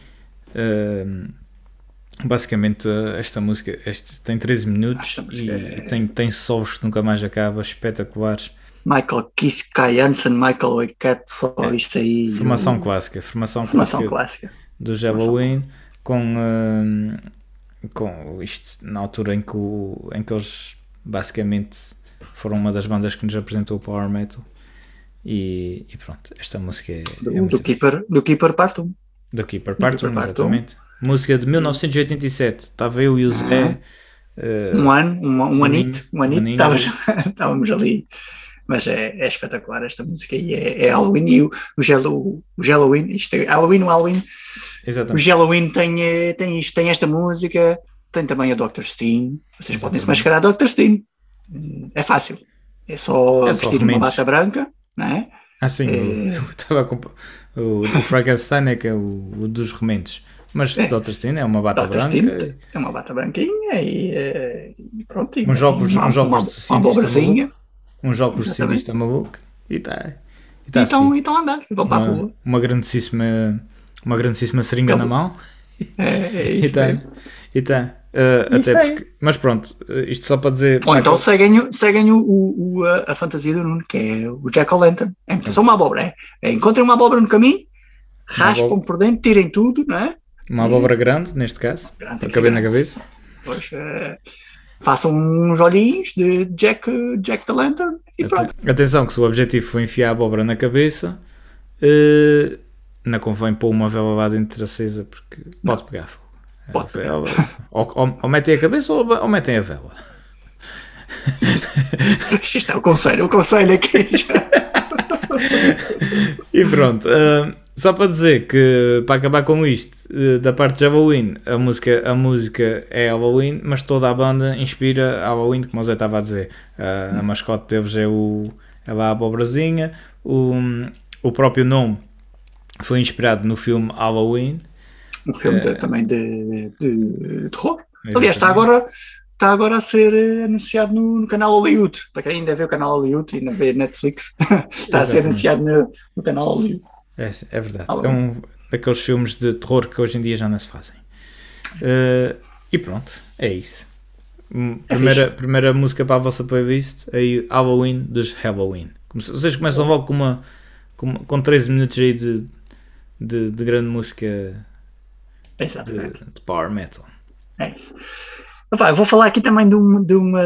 Uh, Basicamente, esta música este, tem treze minutos e, é... e tem, tem solos que nunca mais acaba, espetaculares. Michael Kiske, Kai Hansen, Michael Oiket, só é. Isto aí. Formação o... clássica, formação, formação clássica, clássica do Halloween, com, uh, com isto na altura em que, o, em que eles basicamente foram uma das bandas que nos apresentou o Power Metal. E, e pronto, esta música é. Do, é do, Keeper, do Keeper Part um. Do Keeper Part um, exatamente. Música de mil novecentos e oitenta e sete, estava eu e o Zé. Uh, um ano, um, um anito, um anito, estávamos, estávamos ali. Mas é, é espetacular esta música e é, é Halloween e o, o, Gelo, o Halloween, isto é Halloween, o Halloween Exatamente. Os Halloween tem, eh, tem isto, tem esta música, tem também a doutor Steam. Vocês podem se Exatamente. mascarar a doutor Steam. Hum, É fácil. É só É só vestir uma remendos. bata branca, não é? Ah, sim, o, É. eu estava a compa- o, o Frankenstein é que é o, o dos remendos. Mas É. doutor Stein é uma bata doutor Steam branca, é uma bata branquinha e, eh, e pronto. E uns óculos, uma, uns uma, óculos uma de cientista abobrazinha. maluco, uns óculos de Exatamente. cientista maluco e está e E tá estão assim. então a andar. Vão para a Uma, rua. uma grandíssima uma grandíssima seringa na Cabo. mão É, é e isso está. mesmo. E tá. Uh, Isso até aí. porque, mas pronto, uh, isto só para dizer. Ou pá, então que- seguem, o- seguem o, o, o- a, a fantasia do Nuno, que é o Jack O'Lantern. É muito só uma abóbora. É, é, encontrem uma abóbora no caminho, Uma raspam abóbora. por dentro, tirem tudo, não é? uma abóbora grande, neste caso, Grande, para caber na grande. cabeça. Depois eh, façam uns olhinhos de Jack, Jack the Lantern e pronto. Ate- Atenção, que se o objetivo for enfiar a abóbora na cabeça, uh, não convém pôr uma vela lá dentro acesa porque pode pegar fogo. Pode A pegar. vela- ou, ou, ou metem a cabeça ou, ou metem a vela. Isto é o conselho, o conselho aqui. E pronto, uh, só para dizer que para acabar com isto, uh, da parte de Halloween, a música, a música é Halloween, mas toda a banda inspira Halloween, como o Zé estava a dizer. Uh, a mascote deles é, o, é lá a abobrazinha, o, o próprio nome foi inspirado no filme Halloween. Um filme de- É. também de, de, de terror. Exatamente. Aliás, está agora, está agora a ser eh, anunciado no, no canal Hollywood. Para quem ainda vê o canal Hollywood e não vê Netflix, está a ser Exatamente. anunciado no, no canal Hollywood. É, é verdade. Halloween. É um daqueles filmes de terror que hoje em dia já não se fazem. Uh, e pronto, é isso. Hum, É Primeira, fixe. primeira música para a vossa playlist, aí Halloween dos Halloween. Come- Vocês começam logo com, uma, com, com treze minutos aí de, de, de grande música de, Exatamente. de power metal. É isso. Opa, eu vou falar aqui também de, um, de, uma,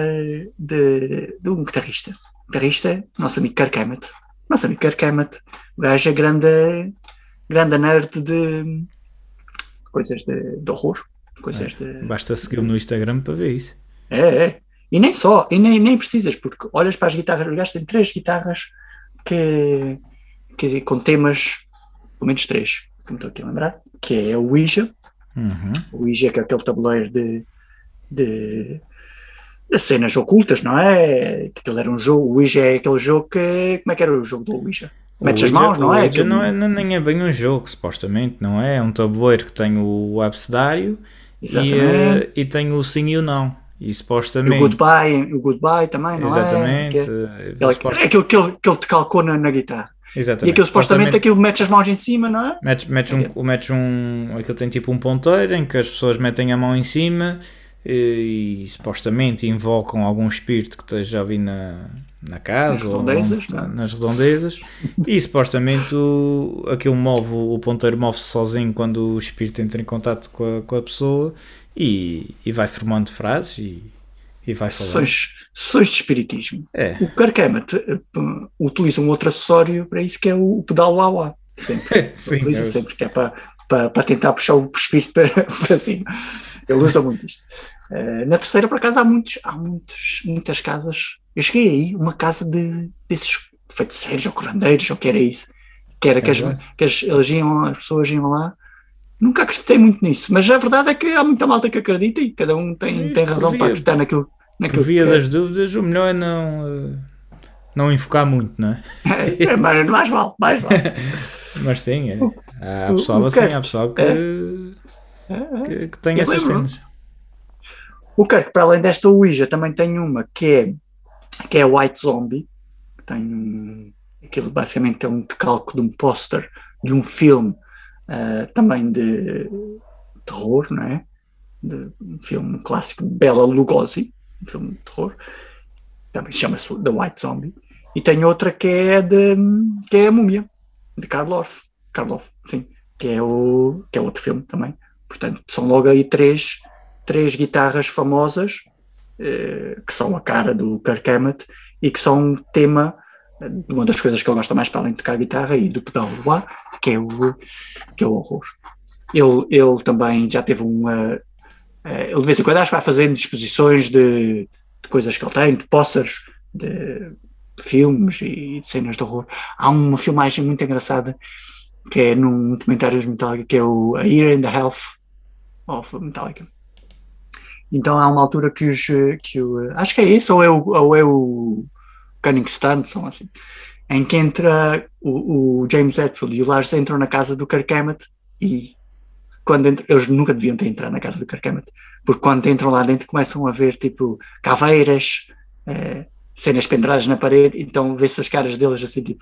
de, de um guitarrista. Guitarrista, nosso amigo Kirk Hammett. Nosso amigo Kirk Hammett. O gajo é grande, grande nerd de coisas de, de horror. Coisas de. Basta segui-lo no Instagram para ver isso. É, é. E nem só, e nem, nem precisas, porque olhas para as guitarras, o gajo tem três guitarras que, que, com temas, pelo menos três, que me estou aqui a lembrar, que é o Ouija. Uhum. O Ouija, que é aquele tabuleiro de, de, de cenas ocultas, não é? Que aquele era um jogo, o Ouija é aquele jogo que. Como é que era o jogo do Ouija? Metes as O Ouija- mãos, não o é? Ouija Aquele- não é? não- Nem é bem um jogo, supostamente, não é? É um tabuleiro que tem o abecedário e, Exatamente. eh, e tem o sim e o não. E E o supostamente. Goodbye, o Goodbye também, não Exatamente. é? Que, eh, aquele- supost- é aquilo que ele, que ele te calcou na, na guitarra. E Exatamente. aquilo supostamente aquilo metes as mãos em cima, não é? Metes, metes um, metes um. Aquilo tem tipo um ponteiro em que as pessoas metem a mão em cima e, e supostamente invocam algum espírito que esteja ali na, na casa Nas ou redondezas, na- não é? nas redondezas e supostamente o, aquilo move, o ponteiro move-se sozinho quando o espírito entra em contato com a, com a pessoa e, e vai formando frases e, e vai falando. Sessões, sessões de espiritismo. É, O Kirk Hammett eh, p- utiliza um outro acessório para isso que é o, o pedal wah-wah. Sempre. sim, utiliza é. sempre, que é para, para, para tentar puxar o espírito para, para cima. Ele usa muito isto. Eh, na terceira, por acaso, há, muitos, há muitos, muitas casas. Eu cheguei aí, uma casa de, desses feiticeiros ou curandeiros, ou que era isso. Que era que, as, verdade. que as, eles iam, as pessoas iam lá. Nunca acreditei muito nisso, mas a verdade é que há muita malta que acredita e cada um tem, Isto tem razão por via- para acreditar naquilo, por naquilo via que das dúvidas, o melhor é não, eh, não enfocar muito, não é? é. É, mas mais vale, mais vale. Mas sim, é. Há O- pessoal o assim, Kirk, há pessoal que, é. É, é. que, que tem Eu essas lembro. cenas. O Kirk, para além desta Ouija, também tem uma que é, que é White Zombie, que tem um, aquilo basicamente é um decalque de um póster de um filme ah, também de terror, não é? De um filme clássico de Bela Lugosi, um filme de terror, também chama-se The White Zombie, e tem outra que é de que é a Múmia, de Karloff, Karloff, sim, que é o que é outro filme também. Portanto, são logo aí três três guitarras famosas eh, que são a cara do Kirk Hammett e que são um tema eh, de uma das coisas que ele gosta mais para além de tocar guitarra e do pedal wah, que é o que é o horror. Ele, ele também já teve uma eh, ele de vez em quando acho que vai fazendo disposições de, de coisas que ele tem, de posters de filmes e de cenas de horror. Há uma filmagem muito engraçada que é num documentário de Metallica, que é o A Year in the Health of Metallica. Então há uma altura que os, eh, que o, eh, acho que é isso, ou é o, ou é o Cunning Stunt, ou assim, em que entra o, o James Hetfield e o Lars entram na casa do Kirk Hammett e quando entram, eles nunca deviam ter entrado na casa do Kirk Hammett, porque quando entram lá dentro começam a ver tipo caveiras, eh, cenas penduradas na parede, então vê-se as caras deles assim tipo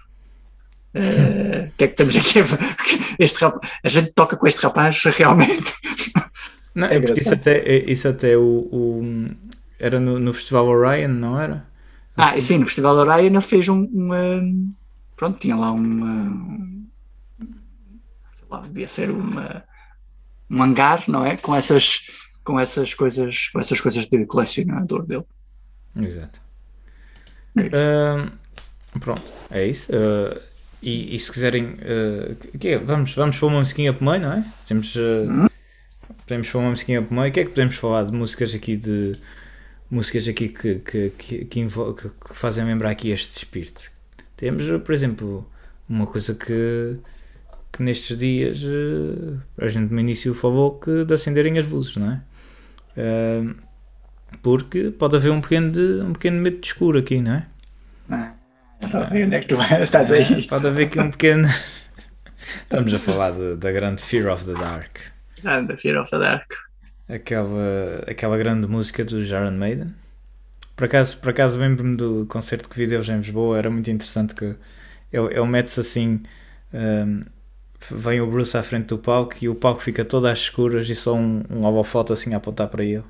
eh, o que é que estamos aqui a ver? Este rapaz, a gente toca com este rapaz realmente. Não, É é porque isso engraçado. até, isso até o, o- era no, no Festival Orion, não era? No Ah, e fim- sim, no Festival da Orion ele fez um, uma. Pronto, tinha lá uma. Sei lá, devia ser uma, um hangar, não é? Com essas, com essas coisas, com essas coisas de colecionador dele. Exato. É isso. Ahm, pronto, é isso. Ah, e, e se quiserem, ah, que é? Vamos, vamos pôr uma musiquinha para o meio, não é? Temos, ah, Hum? podemos pôr uma musiquinha para o meio. O que é que podemos falar de músicas aqui de músicas aqui que, que, que, que, invo- que- que fazem lembrar aqui este espírito? Temos, por exemplo, uma coisa que, que nestes dias ah, a gente no início falou que de acenderem as luzes, não é? Ah, porque pode haver um pequeno, de- um pequeno medo de escuro aqui, não é? Ah, estou a ver onde é que tu vai- estás É, aí. pode haver aqui um pequeno. Estamos a falar de- da grande Fear of the Dark, Ah, The Fear of the Dark. aquela, aquela grande música do Iron Maiden. Por acaso, por acaso lembro-me do concerto que vi deles em Lisboa, era muito interessante que ele, ele mete-se assim, hum, vem o Bruce à frente do palco e o palco fica todo às escuras e só um, um holofote assim a apontar para ele.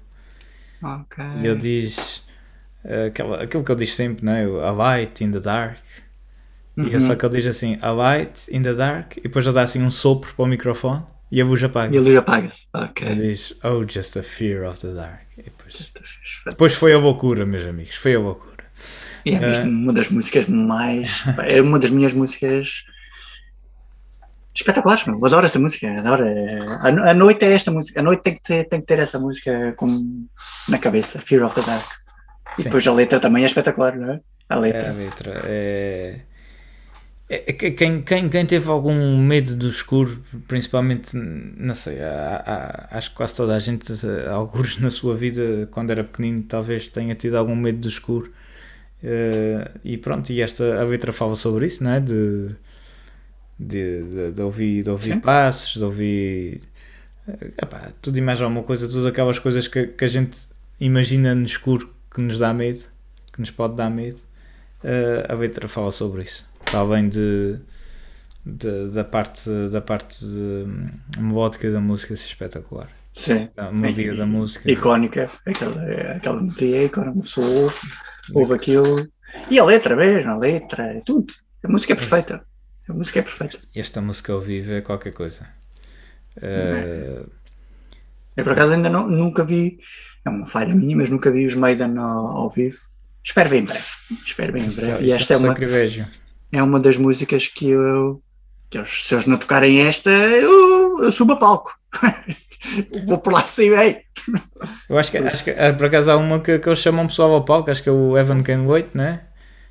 Ok. E ele diz eh, aquela, aquilo que ele diz sempre, não é? O, A light in the dark. E é Uhum. só que ele diz assim, a light in the dark, e depois ele dá assim um sopro para o microfone e a luz apaga. E a luz apaga-se. Ok. Ele diz, oh, just a fear of the dark. E depois, Esta fixe. depois foi a loucura, meus amigos, foi a loucura. E é mesmo Eh, uma das músicas mais. É uma das minhas músicas espetaculares, meu. Eu adoro essa música. Adoro. É- A, no- a noite é esta música. A noite tem que ter, tem que ter essa música como na cabeça. Fear of the Dark. E Sim. depois a letra também é espetacular, não é? A É a letra. letra. É... é- é que quem, quem, quem teve algum medo do escuro, principalmente, não sei, há- há- acho que quase toda a gente, alguns na sua vida, quando era pequenino, talvez tenha tido algum medo do escuro. Eh, e pronto, e esta a letra fala sobre isso, não é? De, de, de, de ouvir, de ouvir Sim. passos, de ouvir eh, epá, tudo e mais alguma coisa, tudo aquelas coisas que, que a gente imagina no escuro que nos dá medo, que nos pode dar medo. Eh, a letra fala sobre isso, para além de, de- da parte, da parte de, hum, melódica da música ser espetacular. Sim. A melodia da música. Icónica. Aquela, aquela melodia é icónica. A pessoa ouve, ouve aquilo. E a letra mesmo, a letra, é tudo. A música é perfeita. A música é perfeita. Esta música ao vivo é qualquer coisa. Eh, Eu por acaso ainda não, nunca vi, é uma falha minha, mas nunca vi os Maiden ao, ao vivo. Espero ver em breve. Espero ver em Isso, breve. é- E isso esta é é um uma, sacrilégio. é uma das músicas que eu, que eles- se eles não tocarem esta, eu, eu subo a palco. Vou por lá sem bem. Eu acho que, acho que ah, por acaso há uma que, que eles chamam pessoal ao palco, acho que é o Evan Can Wait, não é?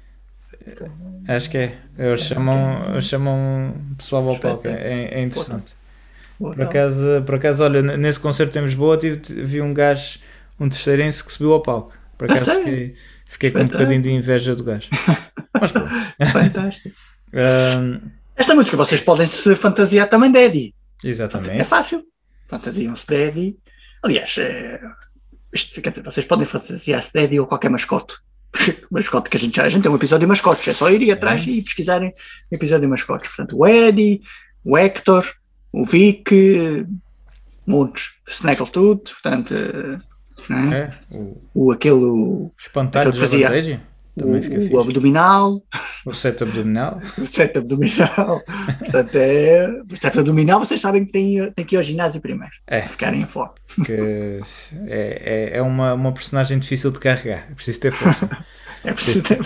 Acho que é. Eles chamam, eles chamam pessoal ao palco, é, é interessante. Por acaso, por acaso, olha, n- nesse concerto em Lisboa tive, vi um gajo, um terceirense que subiu ao palco. Por A acaso sério? fiquei, fiquei com um Espetáculo. bocadinho de inveja do gajo. Mas pronto. Fantástico. Ahm, Esta música vocês podem se fantasiar também de Eddie. É exatamente. fácil. Fantasiam-se de Eddie. Aliás, é, isto, quer dizer, vocês podem fantasiar-se de Eddie ou qualquer mascote. Mascote que a gente já a gente tem um episódio de mascotes. É só ir atrás É. e pesquisarem o episódio de mascotes. Portanto, o Eddie, o Hector, o Vic, montes. Snaggletude, portanto, né? É, o o aquele, o, espantalho Aquele de que fazia- Avantejo também fica o, fixe. o abdominal, O set abdominal. o set abdominal. Portanto, é, o set abdominal vocês sabem que tem, tem que ir ao ginásio primeiro. É. Para ficarem em forma. Que é, é, é uma, uma personagem difícil de carregar. É preciso ter força. É preciso ter.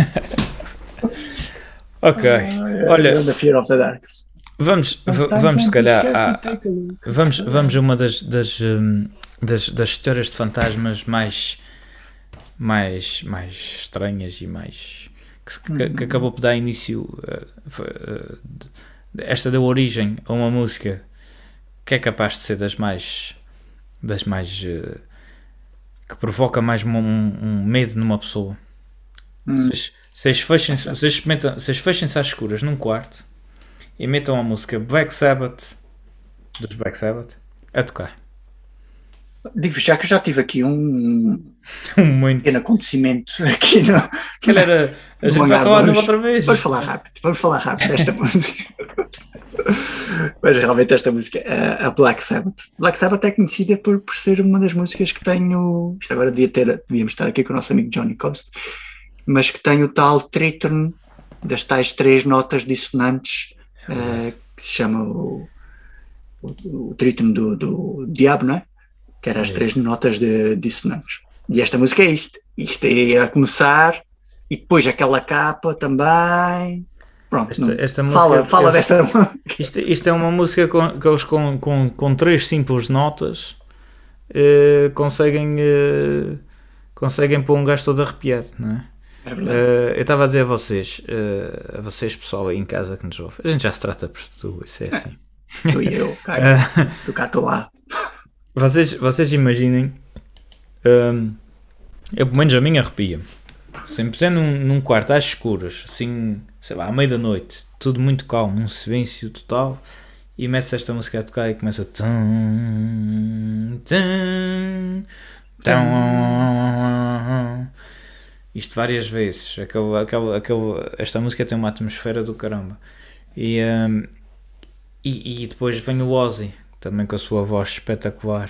Ok. Olha, The Fear of the Dark. vamos, v- vamos se calhar a, a- vamos, vamos a uma das, das, hum, das, das histórias de fantasmas mais, mais, mais estranhas e mais que, se- que- que acabou por dar início uh, foi, uh, esta deu origem a uma música que é capaz de ser das mais, das mais, uh, que provoca mais um, um medo numa pessoa. Hum. Vocês, vocês fechem-se, vocês experimentam- vocês fechem-se às escuras num quarto e metam a música Black Sabbath, dos Black Sabbath, a tocar. Digo já que eu já tive aqui um Muito. pequeno acontecimento aqui no. Aquilo era, a gente no vai hangar. falar Vamos- outra vez. Vamos falar rápido, vamos falar rápido desta música. Mas realmente esta música, a, a Black Sabbath. Black Sabbath é conhecida por, por ser uma das músicas que tem o. Isto agora devia ter, devíamos estar aqui com o nosso amigo Johnny Cost, mas que tem o tal trítono das tais três notas dissonantes, eh, que se chama o, o, o trítono do, do diabo, não é? Que era as É três isso. notas de dissonantes. E esta música é isto. Isto é a começar, e depois aquela capa também. Pronto, Esta- não- esta fala, música- fala eu- dessa. Isto, isto é uma música com, que eles com, com, com três simples notas eh, conseguem, eh, conseguem pôr um gajo todo arrepiado, não é? É verdade. Eh, eu estava a dizer a vocês, eh, a vocês pessoal aí em casa que nos ouve, a gente já se trata por tu, isso é assim. Tu e eu, cá, Eh, tu cá, estou lá. vocês, vocês imaginem, hum, eu pelo menos a mim arrepia-me. Se me puser num, num quarto às escuras, assim, sei lá, à meia da noite, tudo muito calmo, um silêncio total, e metes esta música a tocar e começa tum, tum, tum, isto várias vezes. Aquele, aquele, aquele, esta música tem uma atmosfera do caramba. E, hum, e, e depois vem o Ozzy, também com a sua voz espetacular.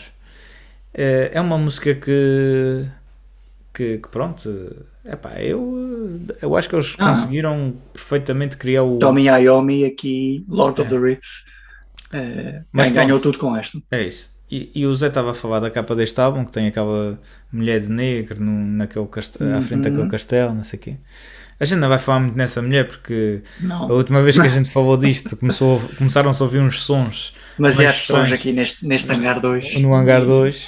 É, é uma música que, que, que pronto, epá, eu, eu acho que eles Ah. conseguiram perfeitamente criar o... Tommy Iommi aqui, Lord of É. the Rings. Eh, Mas ganhou pronto. tudo com esta. É isso. E, e o Zé estava a falar da capa deste álbum, que tem aquela mulher de negro no, naquele castelo, à frente Uhum. daquele castelo, não sei o quê. A gente não vai falar muito nessa mulher porque Não. a última vez que a gente falou disto começou, começaram-se a ouvir uns sons Mas mais é as sons estranhos. aqui neste, neste hangar dois. no Hangar dois.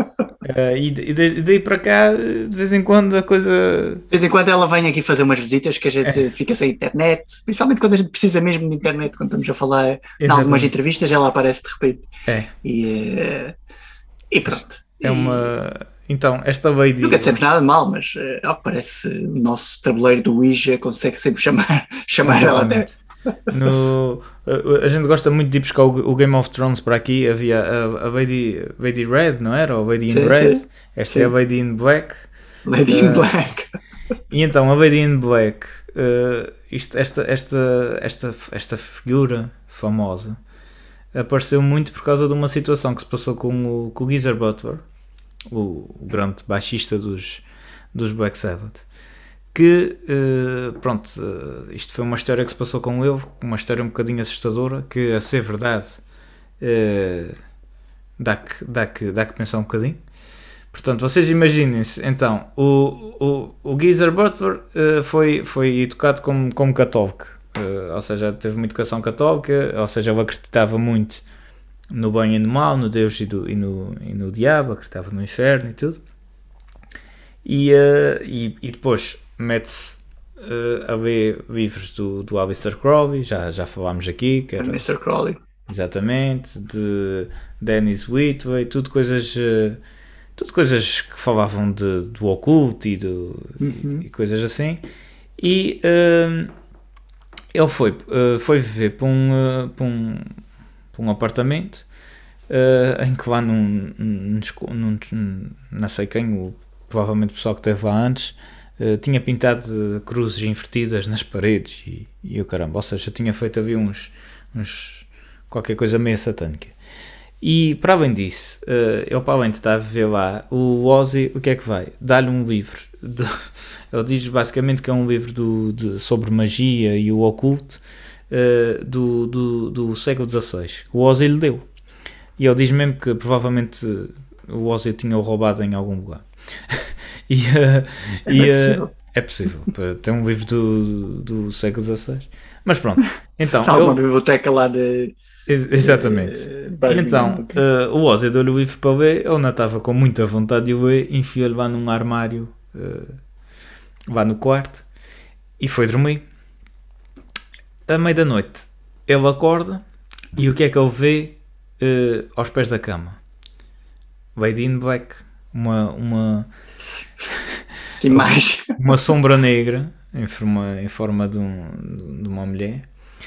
Eh, e, de- e de- e daí para cá, de vez em quando a coisa. De vez em quando ela vem aqui fazer umas visitas que a gente fica sem internet, principalmente quando a gente precisa mesmo de internet, quando estamos a falar em algumas Exatamente. entrevistas, ela aparece de repente. É, E, eh, e pronto. é E uma. Então, esta Lady. Nunca dissemos nada de mal, mas eh, ao que parece, o nosso tabuleiro do Ouija consegue sempre chamar, chamar ela até. Exatamente. No, a, a gente gosta muito de ir buscar o, o Game of Thrones para aqui. Havia a, a Lady, Lady Red, não era? Ou Lady in Sim, Red. sim. Esta Sim. é a Lady in Black. Lady Eh, in Black. E então, a Lady in Black, eh, isto, esta, esta, esta, esta figura famosa apareceu muito por causa de uma situação que se passou com o, com o Geezer Butler, o, o grande baixista dos, dos Black Sabbath, que, eh, pronto, eh, isto foi uma história que se passou com ele, uma história um bocadinho assustadora, que a ser verdade eh, dá, que, dá, que, dá que pensar um bocadinho. Portanto, vocês imaginem-se, então, o, o, o Geezer Butler eh, foi, foi educado como, como católico, eh, ou seja, teve uma educação católica, ou seja, ele acreditava muito no bem e no mal, no Deus e, do, e, no, e no diabo, acreditava no inferno e tudo. E, eh, e, e depois mete-se eh, a ler livros do, do Aleister Crowley, já, já falámos aqui, que era mister Crowley. exatamente, de Dennis Whitway, tudo coisas, eh, tudo coisas que falavam de, do oculto e, do, Uhum. e coisas assim. E eh, ele foi, eh, foi viver para um, eh, para um, para um apartamento eh, em que lá num, num, num, num não sei quem, o, provavelmente o pessoal que esteve lá antes, eh, tinha pintado cruzes invertidas nas paredes e, e o caramba, ou seja, tinha feito ali uns, uns qualquer coisa meio satânica. E para além disso, uh, ele para além de estar a viver lá, o Ozzy, o que é que vai? Dá-lhe um livro. De, ele diz basicamente que é um livro do, de, sobre magia e o oculto uh, do, do, do século dezasseis. O Ozzy lhe deu. E ele diz mesmo que provavelmente o Ozzy tinha-o roubado em algum lugar. e, uh, É e, bem uh, possível. é possível. Tem um livro do, do século dezasseis. Mas pronto. Então, Há uma ele- biblioteca lá de. Ex- Exatamente. eh, E Birmingham. então, eh, o Ozzy deu-lhe o livro para ler, ele não estava com muita vontade de o ler, enfiou-lhe lá num armário, eh, lá no quarto, e foi dormir. À meia da noite, ele acorda e o que é que ele vê uh, aos pés da cama? Lady in Black, uma, uma, Que imagem. uma sombra negra em forma, em forma de, um, de uma mulher.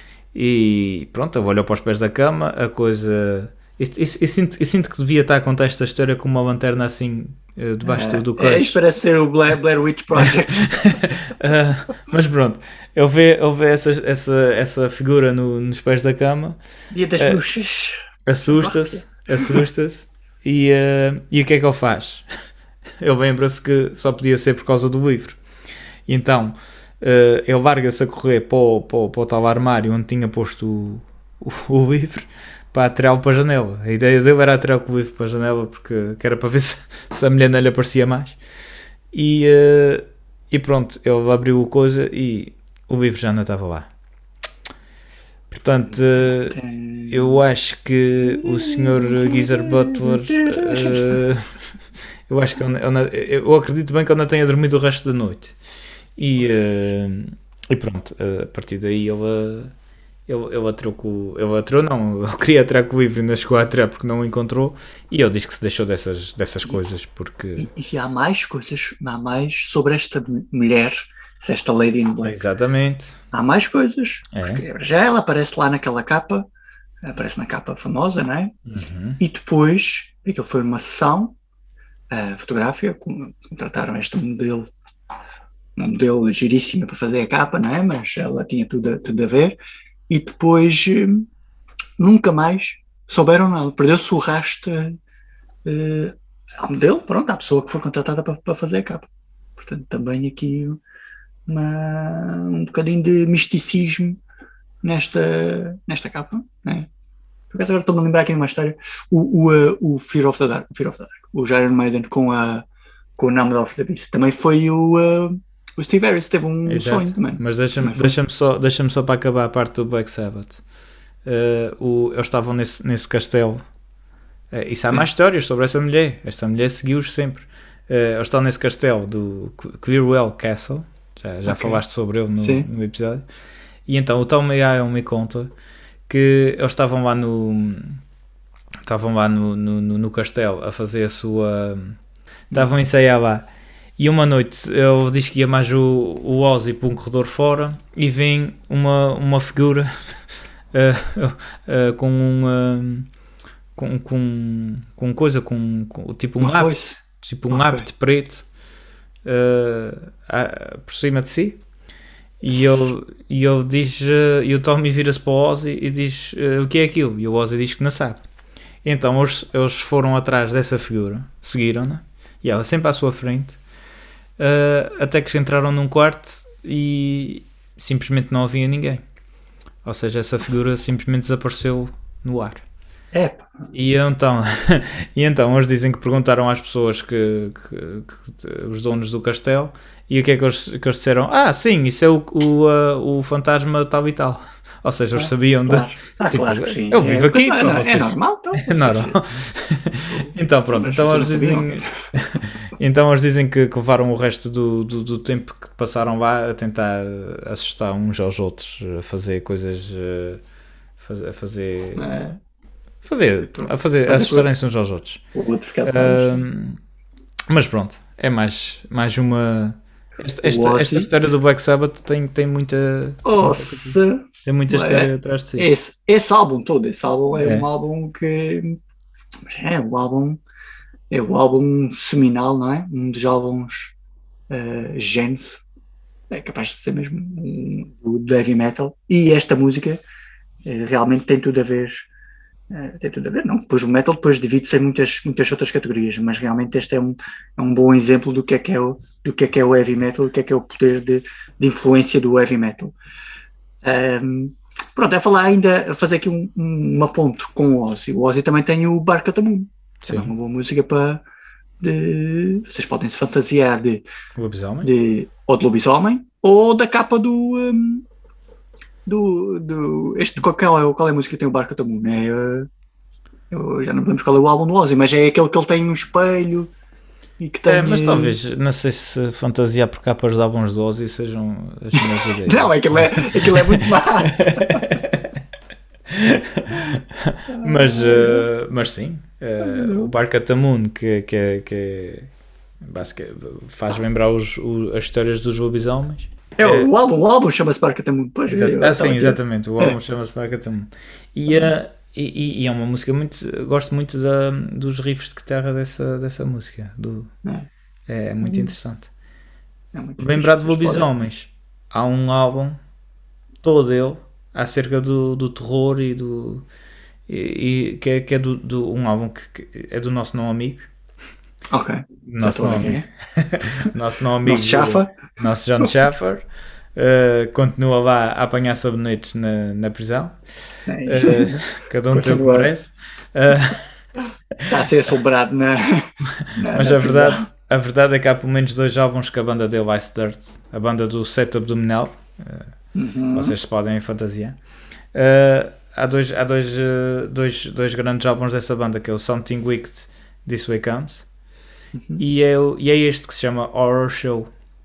E pronto, ele olhou para os pés da cama, a coisa... Eu, eu, eu, sinto, eu sinto que devia estar a contar esta história com uma lanterna assim uh, debaixo É, do, do é, queixo. isto parece ser o Blair, Blair Witch Project. uh, mas pronto, ele vê, ele vê essa, essa, essa figura no, nos pés da cama, Dia das É. bruxas. assusta-se, assusta-se e, uh, e o que é que ele faz? Ele lembra-se que só podia ser por causa do livro. E então uh, ele larga-se a correr para o, para, o, para o tal armário onde tinha posto o, o, o livro, para atirá-lo para a janela. A ideia dele era atirar o livro para a janela porque que era para ver se, se a mulher não lhe aparecia mais. E, uh, e pronto, ele abriu a coisa e o livro já não estava lá. Portanto, uh, eu acho que o senhor Geezer Butler, uh, eu acho que ele, ele, eu acredito bem que ele não tenha dormido o resto da noite. E, uh, e pronto, uh, a partir daí ele... Ele, ele atirou com ele atirou não, ele queria atirar com o livro e ainda chegou a atirar porque não o encontrou e ele diz que se deixou dessas, dessas coisas porque... E, e há mais coisas, há mais sobre esta mulher, esta Lady in Black. Exatamente. Há mais coisas. É. Porque já ela aparece lá naquela capa, aparece na capa famosa, não é? Uhum. E depois, aquilo foi uma sessão uh, fotográfica, contrataram esta modelo, uma modelo giríssima para fazer a capa, não é? Mas ela tinha tudo a, tudo a ver. E depois hum, nunca mais souberam nada, perdeu-se o rastro uh, ao modelo, pronto, à pessoa que foi contratada para, para fazer a capa. Portanto, também aqui uma, um bocadinho de misticismo nesta, nesta capa, né? Porque agora estou-me a lembrar aqui de uma história, o, o, uh, o Fear of the Dark, Fear of the Dark, o Iron Maiden com, a, com o Number of the Beast, também foi o... Uh, O Steve Harris teve um Exato. sonho também. Mas deixa-me, deixa-me, só, deixa-me só para acabar a parte do Black Sabbath. Uh, o, eles estavam nesse, nesse castelo. Uh, isso há Sim. mais histórias sobre essa mulher. Esta mulher seguiu-os sempre. Uh, eles estão nesse castelo do Clearwell Castle. Já, já Okay. falaste sobre ele no, no episódio. E então o Tom Ion me conta que eles estavam lá no... Estavam lá no, no, no, no castelo a fazer a sua... Estavam a ensaiar lá. E uma noite ele diz que ia mais o, o Ozzy para um corredor fora e vem uma, uma figura uh, uh, com um uh, com, com, com coisa, com, com tipo um Uma hábito, foice. tipo um Ok. hábito preto uh, uh, por cima de si. E ele, e ele diz, uh, e o Tommy vira-se para o Ozzy e diz uh, o que é aquilo? E o Ozzy diz que não sabe. Então eles, eles foram atrás dessa figura, seguiram-na, e ela sempre à sua frente. Uh, até que entraram num quarto e simplesmente não havia ninguém. Ou seja, essa figura simplesmente desapareceu no ar. É. E então, e então eles dizem que perguntaram às pessoas que, que, que os donos do castelo, e o que é que eles, que eles disseram? Ah, sim, isso é o, o, uh, o fantasma tal e tal. Ou seja, eles sabiam Claro, de... ah, tipo, claro que sim. Eu vivo é, aqui, não, para não, vocês. É normal, então. É normal. Então pronto, Mas então vocês eles dizem então eles dizem que, que levaram o resto do, do, do tempo que passaram lá a tentar assustar uns aos outros, a fazer coisas, a fazer É. fazer, a fazer assustarem-se uns aos outros. O outro ficasse uh, mas pronto, é mais, mais uma esta, esta, esta história do Black Sabbath tem, tem muita, Ouça, muita tem muita história atrás de si. esse, esse álbum todo, esse álbum é, É. um álbum que é um álbum é o álbum seminal, não é? Um dos álbuns uh, Genesis, é capaz de ser mesmo um, do heavy metal, e esta música uh, realmente tem tudo a ver uh, tem tudo a ver, não? Depois o metal depois divide-se em muitas, muitas outras categorias, mas realmente este é um, é um bom exemplo do que é que é o, do que é que é o heavy metal, do que é que é o poder de, de influência do heavy metal. Um, pronto, a falar ainda, a fazer aqui um, um, uma ponte com o Ozzy. O Ozzy também tem o Bark at the Moon. É uma boa música para de, vocês podem se fantasiar de, lobisomem? de ou de lobisomem ou da capa do um, do, do este, qual é, qual é a música que tem o Bark at the Moon? É, uh, eu já não me lembro qual é o álbum do Ozzy, mas é aquele que ele tem um espelho e que tem, é, mas talvez, não sei se fantasiar por capas de álbuns do Ozzy sejam as melhores ideias. não, aquilo é, aquilo é muito má. mas, uh, mas sim, uh, o Barcatamoon, que, que, que basicamente faz lembrar os, os, as histórias dos lobisomens. É, o álbum, o álbum chama-se Barcatamoon. Depois, Exato. Ah, sim, exatamente. O álbum é. chama-se Barcatamoon. E, uh, e, e é uma música muito. Gosto muito da, dos riffs de guitarra dessa, dessa música. Do, é. é muito interessante. É muito Lembrar de lobisomens. Há um álbum, todo ele, acerca do, do terror e do. E, e, que é, que é do, do, um álbum que, que é do nosso não amigo. Ok. Nosso não amigo. nosso não amigo. Nosso Schaffer. Nosso John Schaffer. Uh, continua lá a apanhar sabonetes na, na prisão. Uh, cada um tem o que merece. Uh, Está a ser assombrado na, na. Mas na a, verdade, a verdade é que há pelo menos dois álbuns que a banda dele, Ice Dirt, a banda do Set Abdominal, uh, uhum. vocês podem fantasiar. Uh, há dois, há dois, uh, dois, dois grandes álbuns dessa banda, que é o Something Wicked, This Way Comes, uhum. e, é, e é este que se chama Horror Show.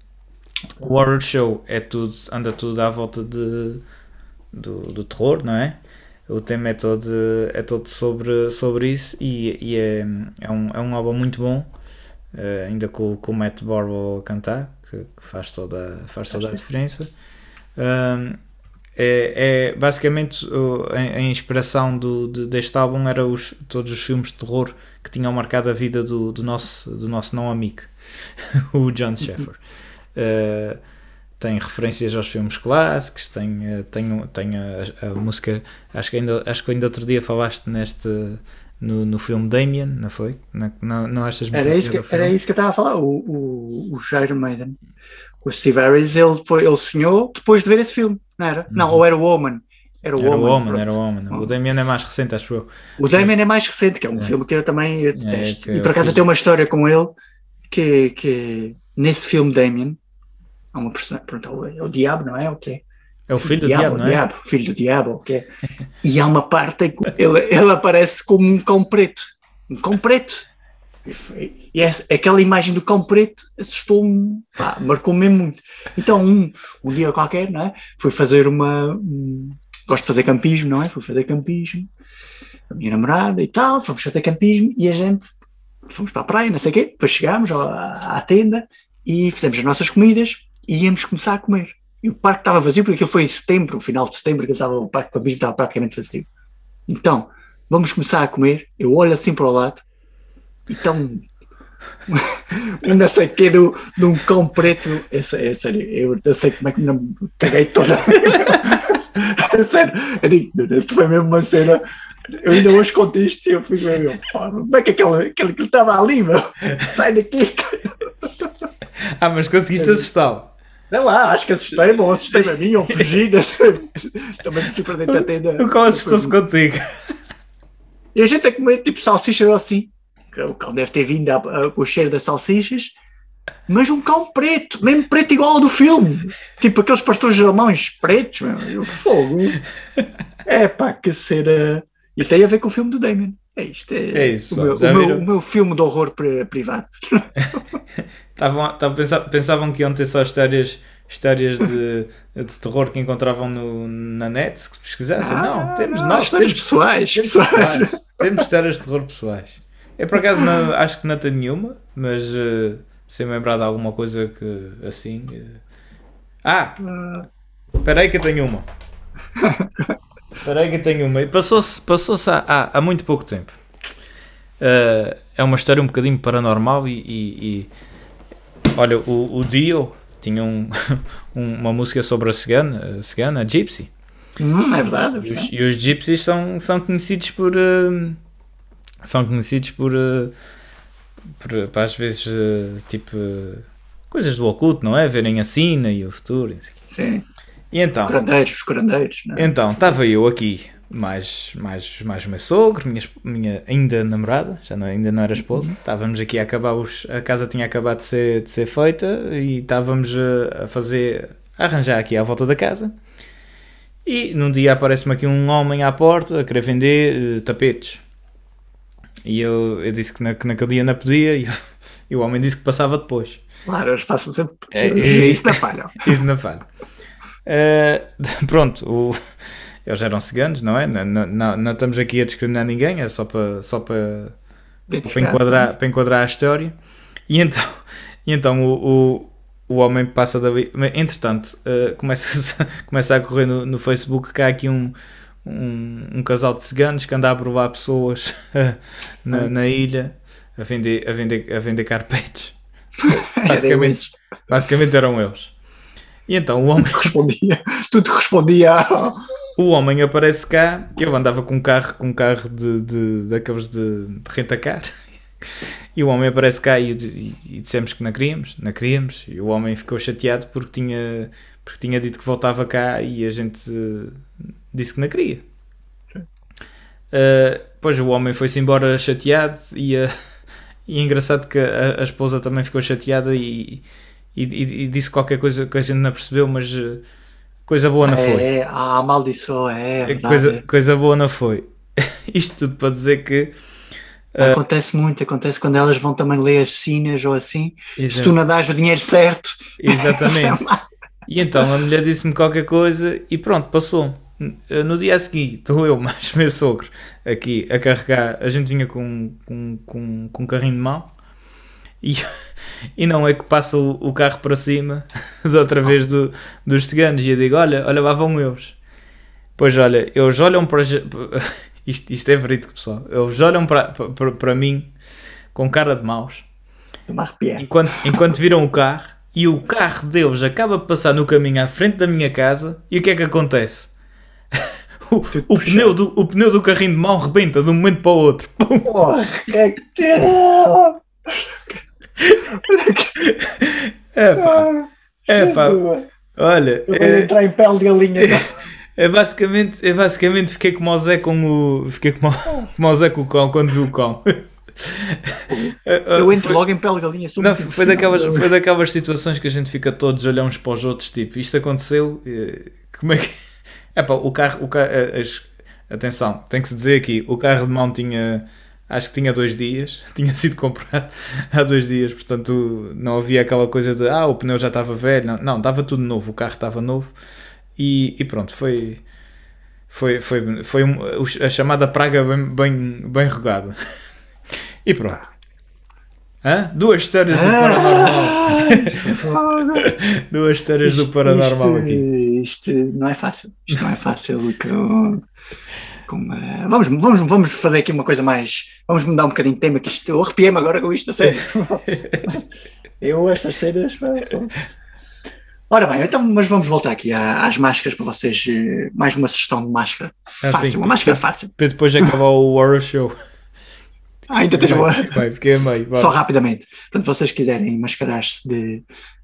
O Horror Show é tudo, anda tudo à volta de, do, do terror, não é? O tema é todo, é todo sobre, sobre isso e, e é, é, um, é um álbum muito bom, uh, ainda com, com o Matt Borbo a cantar, que, que faz toda, faz toda a diferença. Um, é, é basicamente a, a inspiração do, de, deste álbum era os, todos os filmes de terror que tinham marcado a vida do, do, nosso, do nosso não amigo, o John Schaffer. Uh, tem referências aos filmes clássicos, tem, uh, tem, tem a, a música, acho que, ainda, acho que ainda outro dia falaste neste, no, no filme Damien, não foi? Não, não, não achas muito era, isso que, era isso que eu estava a falar, o, o, o Iron Maiden, o Steve Harris, ele, foi, ele sonhou depois de ver esse filme, não era? Uhum. Não, ou era o Woman. Era o era Woman, Woman, era o Woman. O Damien é mais recente, acho eu. O Damien é mais recente, que é um é. filme que eu também eu detesto. É, e por acaso eu tenho uma história com ele, que, que nesse filme Damien, há uma personagem, pronto, é o diabo, não é? O quê? É o filho do diabo, diabo, não é? Diabo, filho do diabo, o quê? E há uma parte em que ele, ele aparece como um cão preto. Um cão preto. E essa, aquela imagem do cão preto assustou-me, pá, marcou-me mesmo muito. Então, um, um dia qualquer, não é? Fui fazer uma... Um, gosto de fazer campismo, não é? Fui fazer campismo. A minha namorada e tal, fomos fazer campismo e a gente... Fomos para a praia, não sei o quê. Depois chegámos à, à tenda e fizemos as nossas comidas. E íamos começar a comer. E o parque estava vazio, porque aquilo foi em setembro, final de setembro, que estava, o parque de campismo estava praticamente vazio. Então, vamos começar a comer. Eu olho assim para o lado, e então, um não sei o quê de um cão preto. É sério, eu não sei como é que me caguei toda. É sério, eu digo, foi mesmo uma cena. Eu ainda hoje conto isto e eu fico meio, como é que aquele, aquele que estava ali, meu? Sai daqui. Ah, mas conseguiste assustá-lo? Sei lá, acho que assustei-me, ou assustei-me a mim, ou fugi, também fui para dentro da tenda. O cão assustou-se contigo. E a gente a comer tipo salsichas assim, o cão deve ter vindo a, a, com o cheiro das salsichas, mas um cão preto, mesmo preto igual ao do filme, tipo aqueles pastores alemães pretos, meu, fogo. É pá, que cena. E tem a ver com o filme do Damien. É isto, é, é isso, o, meu, o, meu, o meu filme de horror privado. Tavam, tavam, pensavam que iam ter só histórias, histórias de, de terror que encontravam no, na net, se pesquisassem. Ah, não, temos não, nós, histórias temos, pessoais. Temos, pessoais. pessoais. Temos histórias de terror pessoais. Eu por acaso não, acho que não tenho nenhuma, mas uh, sem lembrar de alguma coisa que assim. Uh... Ah! Espera aí que eu tenho uma. Espera aí que eu tenho uma. E passou-se, passou-se há, há, há muito pouco tempo. Uh, é uma história um bocadinho paranormal e, e, e olha, o, o Dio tinha um, um, uma música sobre a cigana, a cigana, a Gypsy. Hum, é verdade. É verdade. E, os, e os Gypsies são, são conhecidos por uh, são conhecidos por, uh, por, por às vezes uh, tipo uh, coisas do oculto, não é? Verem a sina e o futuro. Sim. E então, os curandeiros, os curandeiros, não é? Então, estava eu aqui, mais, mais, mais o meu sogro, minha, minha ainda namorada, já não, ainda não era esposa, estávamos aqui a acabar, os, a casa tinha acabado de ser, de ser feita e estávamos a, a fazer, a arranjar aqui à volta da casa e num dia aparece-me aqui um homem à porta a querer vender uh, tapetes e eu, eu disse que, na, que naquele dia não podia e, e o homem disse que passava depois. Claro, eles passam sempre, é, é, isso não falha. Isso não falha. Uh, pronto, o, eles eram ciganos, não é? Não, não, não, não estamos aqui a discriminar ninguém, é só para, só para, só para, enquadrar, para enquadrar a história. E então, e então o, o, o homem passa da... Entretanto, uh, começa, começa a correr no, no Facebook que há aqui um, um, um casal de ciganos que anda a provar pessoas na, na ilha a vender, a vender, a vender carpetes. Basicamente, basicamente eram eles. E então o homem... Tudo respondia, tudo respondia ao... O homem aparece cá, eu andava com um carro, com um carro de, de, daqueles de, de rentacar, e o homem aparece cá e, e, e dissemos que não queríamos, não queríamos, e o homem ficou chateado porque tinha, porque tinha dito que voltava cá e a gente uh, disse que não queria. Uh, depois o homem foi-se embora chateado e, uh, e é engraçado que a, a esposa também ficou chateada e, e, e, e disse qualquer coisa que a gente não percebeu, mas... Uh, coisa boa não foi. É, ah, amaldiçoou, é, é coisa, coisa boa não foi. Isto tudo para dizer que... Uh, acontece muito, acontece quando elas vão também ler as sinas ou assim, exato. Se tu não dás o dinheiro certo... Exatamente. E então a mulher disse-me qualquer coisa e pronto, passou. No dia a seguir, estou eu mais meu sogro aqui a carregar, a gente vinha com, com, com, com um carrinho de mão e... E não é que passa o, o carro para cima de outra vez do, dos ciganos e eu digo, olha, olha lá vão eles. Pois olha, eles olham para... Isto, isto é verídico, pessoal. Eles olham para, para, para mim com cara de maus. Enquanto, enquanto viram o carro e o carro deles acaba de passar no caminho à frente da minha casa e o que é que acontece? O, o, pneu, do, o pneu do carrinho de mão rebenta de um momento para o outro. Pum. Oh, é pá, é pá, olha, eu vou é, entrar em pele de galinha. É, é basicamente, é basicamente fiquei como o Zé com o, fiquei como, como o Zé com o cão quando vi o cão. Eu entro foi, logo em pele de galinha. Não, foi daquelas, foi daquelas situações que a gente fica todos a olhar uns para os outros, tipo, isto aconteceu, como é que, é pá, o carro, o carro, as, atenção, tem que se dizer aqui, o carro de mão tinha acho que tinha dois dias, tinha sido comprado há dois dias, portanto não havia aquela coisa de ah, o pneu já estava velho, não, não estava tudo novo, o carro estava novo e, e pronto, foi foi, foi, foi um, a chamada praga bem, bem, bem rogada. E pronto. Hã? Duas histórias do paranormal. Duas histórias isto, do paranormal isto, aqui. Isto não é fácil, isto não é fácil com... Com, uh, vamos, vamos, vamos fazer aqui uma coisa mais. Vamos mudar um bocadinho de tema, que isto, eu arrepiei-me agora com isto a sério. Eu, estas cenas. Ora bem, então, mas vamos voltar aqui às máscaras para vocês. Mais uma sugestão de máscara. Ah, fácil, sim, uma máscara fácil. Para depois de acabar o horror show. Ah, ainda tens boa. Vai, fiquei a meio. Vai. Só rapidamente. Portanto, vocês quiserem mascarar-se de.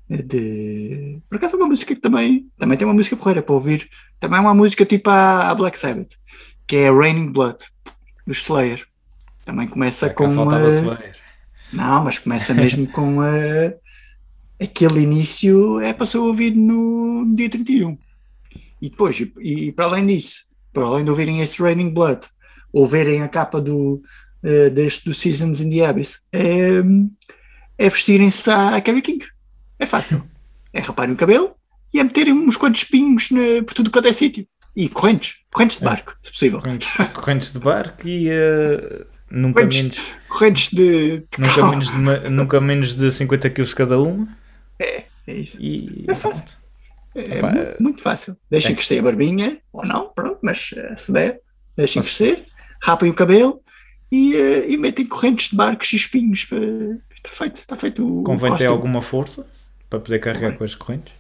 de... Por acaso, é uma música que também. Também tem uma música porreira para ouvir. Também é uma música tipo a, a Black Sabbath, que é Raining Blood, dos Slayer. Também começa é com... Uh... Não, mas começa mesmo com uh... aquele início, é para ser ouvido no dia trinta e um. E depois, e, e para além disso, para além de ouvirem este Raining Blood, ouvirem a capa do, uh, deste, do Seasons in the Abyss, é, é vestirem-se à Carrie King. É fácil. É raparem o cabelo e é meterem uns quantos espinhos na, por tudo quanto é sítio. E correntes, correntes de barco, é. se possível. Correntes, correntes de barco e uh, nunca correntes, menos. Correntes de. de nunca, menos de nunca menos de cinquenta quilos cada uma. É, é isso. E, é fácil. É, Opa, muito, muito fácil. Deixem é. crescer a barbinha, ou não, pronto, mas uh, se der, deixem Nossa. crescer, rapem o cabelo e, uh, e metem correntes de barcos e espinhos. Uh, está feito, está feito. Convém ter alguma força para poder carregar com as correntes.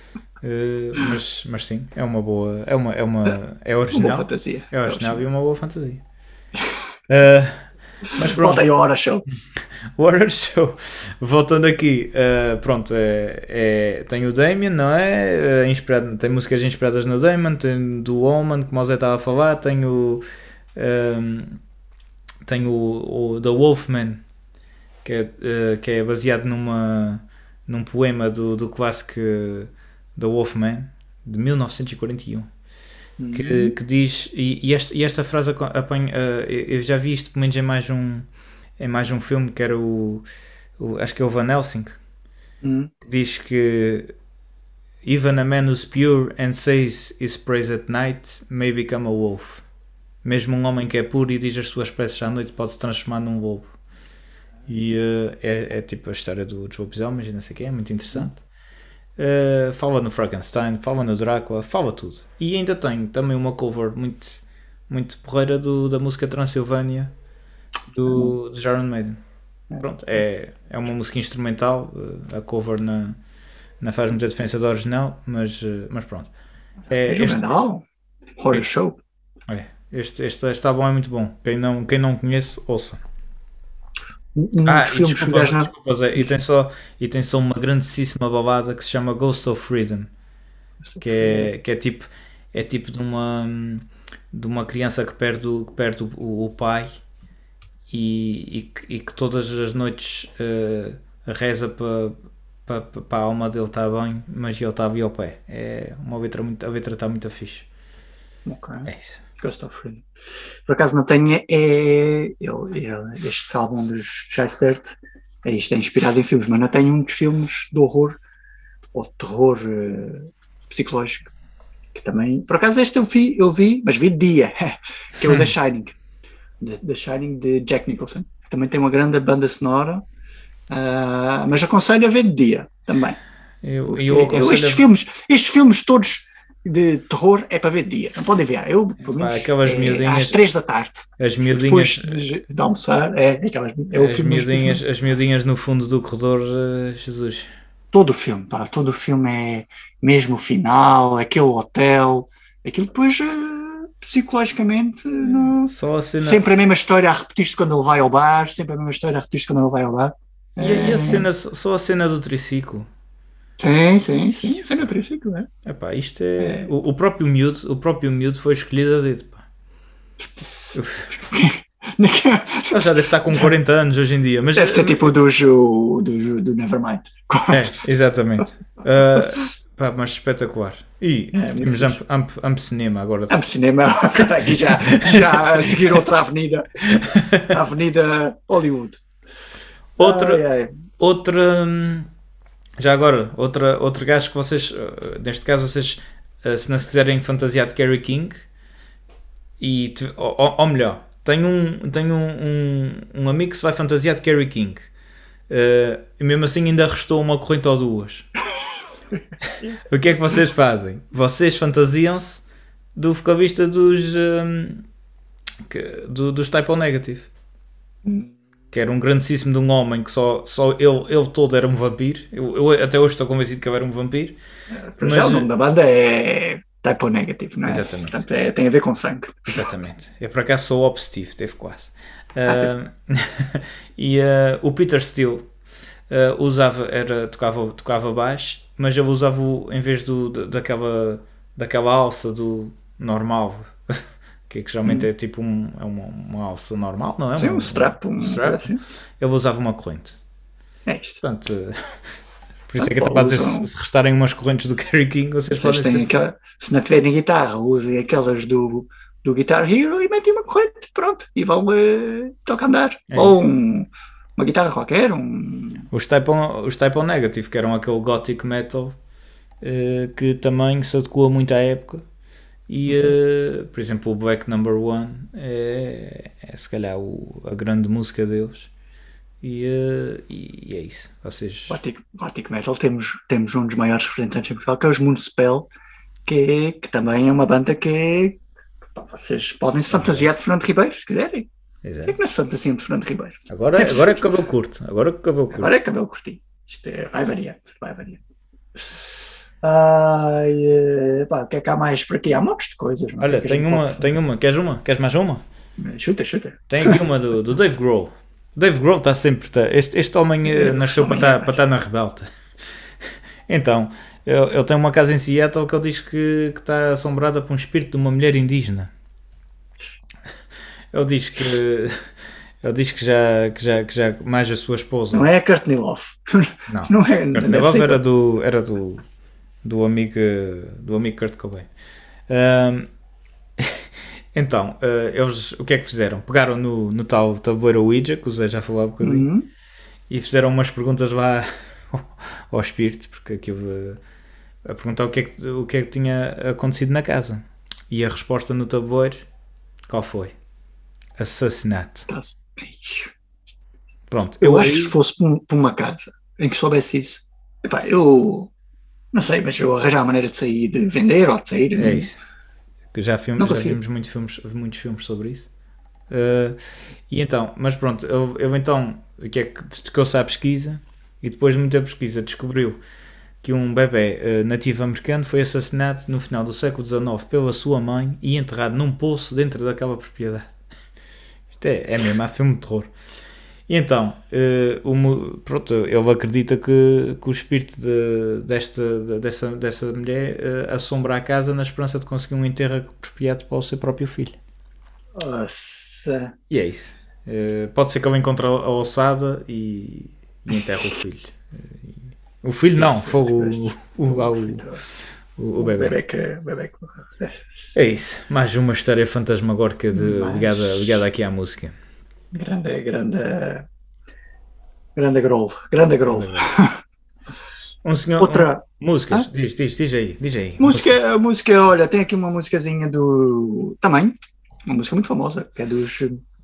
Uh, mas, mas sim, é uma boa, é uma, é uma, é original, uma boa fantasia. É original e uma boa fantasia. Uh, mas pronto. Volta aí ao Horror Show. O Horror Show. Voltando aqui, uh, pronto, é, é, tem o Damien, não é? é inspirado, tem músicas inspiradas no Damien, tem do Omen, como o Zé estava a falar, tem o, um, tem o, o The Wolfman, que é, uh, que é baseado numa, num poema do, do clássico The Wolfman, de mil novecentos e quarenta e um, uhum. que, que diz, e, e, esta, e esta frase apanha, uh, eu já vi isto pelo menos em mais um, em mais um filme, que era o, o acho que é o Van Helsing, uhum. que diz que Even a man who's pure and says his praise at night may become a wolf. Mesmo um homem que é puro e diz as suas preces à noite pode se transformar num lobo. E uh, é, é tipo a história do, dos lobisomens e não sei o que, é muito interessante. Uh, fala no Frankenstein, fala no Drácula, fala tudo. E ainda tem também uma cover muito, muito porreira do, da música Transilvânia do, do Iron Maiden. Pronto, é, é uma música instrumental, uh, a cover na, na faz muita diferença da original, mas, uh, mas pronto. É, É, este, Horror Show. É, este, este, este álbum é muito bom. Quem não, quem não conhece, ouça. Um ah, filme e desculpa, desculpa Zé, e, tem só, e tem só uma grandíssima balada que se chama Ghost of Freedom, que é, que é tipo é tipo de uma de uma criança que perde o, que perde o, o pai e, e, que, e que todas as noites uh, reza para pa, pa, pa a alma dele estar bem, mas ele está ali ao pé. É uma letra muito, a letra está muito fixe. Ok. É isso. Ghost of Freedom. Por acaso não tenho, é, ele, ele, este álbum dos Chase Dirt, é isto, é inspirado em filmes, mas não tenho muitos filmes de horror ou terror uh, psicológico, que também, por acaso este eu vi, eu vi mas vi de dia, que é o The Shining, The, The Shining de Jack Nicholson, que também tem uma grande banda sonora, uh, mas aconselho a ver de dia também. Eu, eu aconselho eu, estes, a... filmes, estes filmes todos de terror é para ver de dia, não podem ver. Eu, pelo menos, Pá, aquelas é, miudinhas, às três da tarde, as miudinhas, depois de, de almoçar, é, aquelas, é o as, filme miudinhas, as miudinhas no fundo do corredor, uh, Jesus. Todo o filme, pá, todo o filme é mesmo o final, aquele hotel, aquilo depois uh, psicologicamente no, Só a cena, sempre a mesma história a repetir-se quando ele vai ao bar, sempre a mesma história a repetir-se quando ele vai ao bar. E, é... e a cena, só a cena do triciclo. Sim, sim, sim, cena do triciclo, é? Epá, isto é... é... O, o próprio miúdo, o próprio miúdo foi escolhido a dedo, pá. Ele já deve estar com quarenta anos hoje em dia, mas... Deve ser tipo do, do, do, do Nevermind. É, exatamente. Uh, pá, mas espetacular. E é, temos Amp, Amp, Amp Cinema agora. Amp Cinema, aqui já, já a seguir outra avenida, a Avenida Hollywood. Outra, ai, ai. outra, já agora, outra, outro gajo que vocês, neste caso, vocês, se não se quiserem fantasiar de Kerry King, e, ou, ou melhor, tenho, um, tenho um, um, um amigo que se vai fantasiar de Kerry King, uh, e mesmo assim ainda restou uma corrente ou duas. O que é que vocês fazem? Vocês fantasiam-se do vocalista dos, um, que, do, dos Type O Negative. Que era um grandíssimo de um homem que só, só ele, ele todo era um vampiro. Eu, eu até hoje estou convencido que ele era um vampiro. Mas já o nome da banda é Type O Negative, não é? Exatamente. Portanto, é, tem a ver com sangue. Exatamente. Eu por acaso sou o Steve, teve quase. Uh, ah, e uh, o Peter Steele uh, usava, era, tocava, tocava baixo, mas ele usava, o, em vez do, daquela, daquela alça do normal, que, é que geralmente hum. é tipo um, é uma, uma alça normal, não é? Sim, um, um strap. Um, um strap. Assim. Ele usava uma corrente. É isto. Portanto, por isso é que é capaz de se restarem umas correntes do Kerry King, vocês, vocês podem ser... aquela, se não tiverem guitarra, usem aquelas do, do Guitar Hero e metem uma corrente, pronto, e vão uh, tocar andar. É Ou um, uma guitarra qualquer. Um... Os Type O, os Type O Negative, que eram aquele gothic metal uh, que também se adequa muito à época. E, uh, por exemplo, o Black Number One é, é se calhar o, a grande música deles. E, uh, e é isso. Vocês... Gothic, Gothic Metal, temos, temos um dos maiores representantes em Portugal, que é os Moonspell, que, é, que também é uma banda que é, pá, vocês podem se fantasiar de Fernando Ribeiro, se quiserem. Exato. Por que não se fantasiam de Fernando Ribeiro? Agora é, agora é cabelo curto. Agora é cabelo curto. Agora é cabelo curtinho. Isto é, vai variando, vai variando. Ai, pá, o que é que há mais por aqui? Há montes de coisas. Não? Olha, tenho uma, tenho uma. Queres uma? Queres mais uma? Chuta, chuta. Tenho aqui uma do, do Dave Grohl. O Dave Grohl está sempre... Tá, este, este homem é, nasceu para estar, para estar na rebelta. Então, ele, ele tem uma casa em Seattle que ele diz que, que está assombrada por um espírito de uma mulher indígena. Ele diz que... Ele diz que já, que já, que já mais a sua esposa... Não é a Courtney Love. Não, não é, Courtney Love era do... Era do do amigo, do amigo Kurt Cobain. Um, então, uh, eles o que é que fizeram? Pegaram no, no tal tabuleiro Ouija, que o Zé já falou há um bocadinho, uhum. e fizeram umas perguntas lá ao espírito, porque aquilo, uh, a perguntar o que, é que, o que é que tinha acontecido na casa. E a resposta no tabuleiro, qual foi? Assassinato. Pronto. Eu, Eu acho aí... que se fosse por uma casa em que soubesse isso, epá, eu não sei, mas eu arranjar a maneira de sair, de vender ou de sair. É isso. Que já, filme, já vimos muitos filmes, muitos filmes sobre isso. Uh, e então, mas pronto, eu, eu então, o que é que dedicou-se à pesquisa e depois de muita pesquisa descobriu que um bebê uh, nativo americano foi assassinado no final do século dezenove pela sua mãe e enterrado num poço dentro daquela propriedade. Isto é, é mesmo, há filme de terror. E então, uh, o, pronto, ele acredita que, que o espírito de, desta, de, dessa, dessa mulher uh, assombra a casa na esperança de conseguir um enterro apropriado para o seu próprio filho. Nossa. E é isso. Uh, pode ser que ele encontre a, a ossada e, e enterre o filho. Uh, o filho não, foi o, o, o, o, o bebê. bebê, que, bebê que... É isso. Mais uma história fantasmagórica de, Mas... ligada, ligada aqui à música. Grande, grande, grande grolo, grande grolo. Um senhor, Outra um, músicas, ah? diz, diz, diz aí, diz aí. Música, música. A música, olha, tem aqui uma musicazinha do também, uma música muito famosa, que é dos,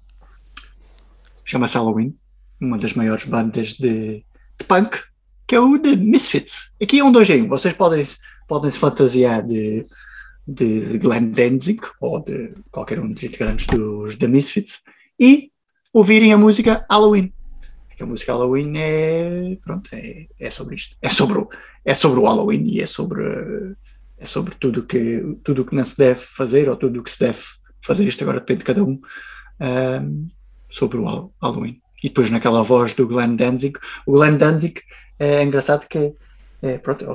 chama-se Halloween, uma das maiores bandas de, de punk, que é o The Misfits. Aqui é um dois em um, vocês podem, podem se fantasiar de, de Glenn Danzig ou de qualquer um dos integrantes dos The Misfits e ouvirem a música Halloween. A música Halloween é, pronto, é, é sobre isto. É sobre, o, é sobre o Halloween e é sobre, é sobre tudo que, tudo que não se deve fazer ou tudo o que se deve fazer. Isto agora depende de cada um. Um, sobre o Halloween. E depois naquela voz do Glenn Danzig. O Glenn Danzig é engraçado que é, pronto,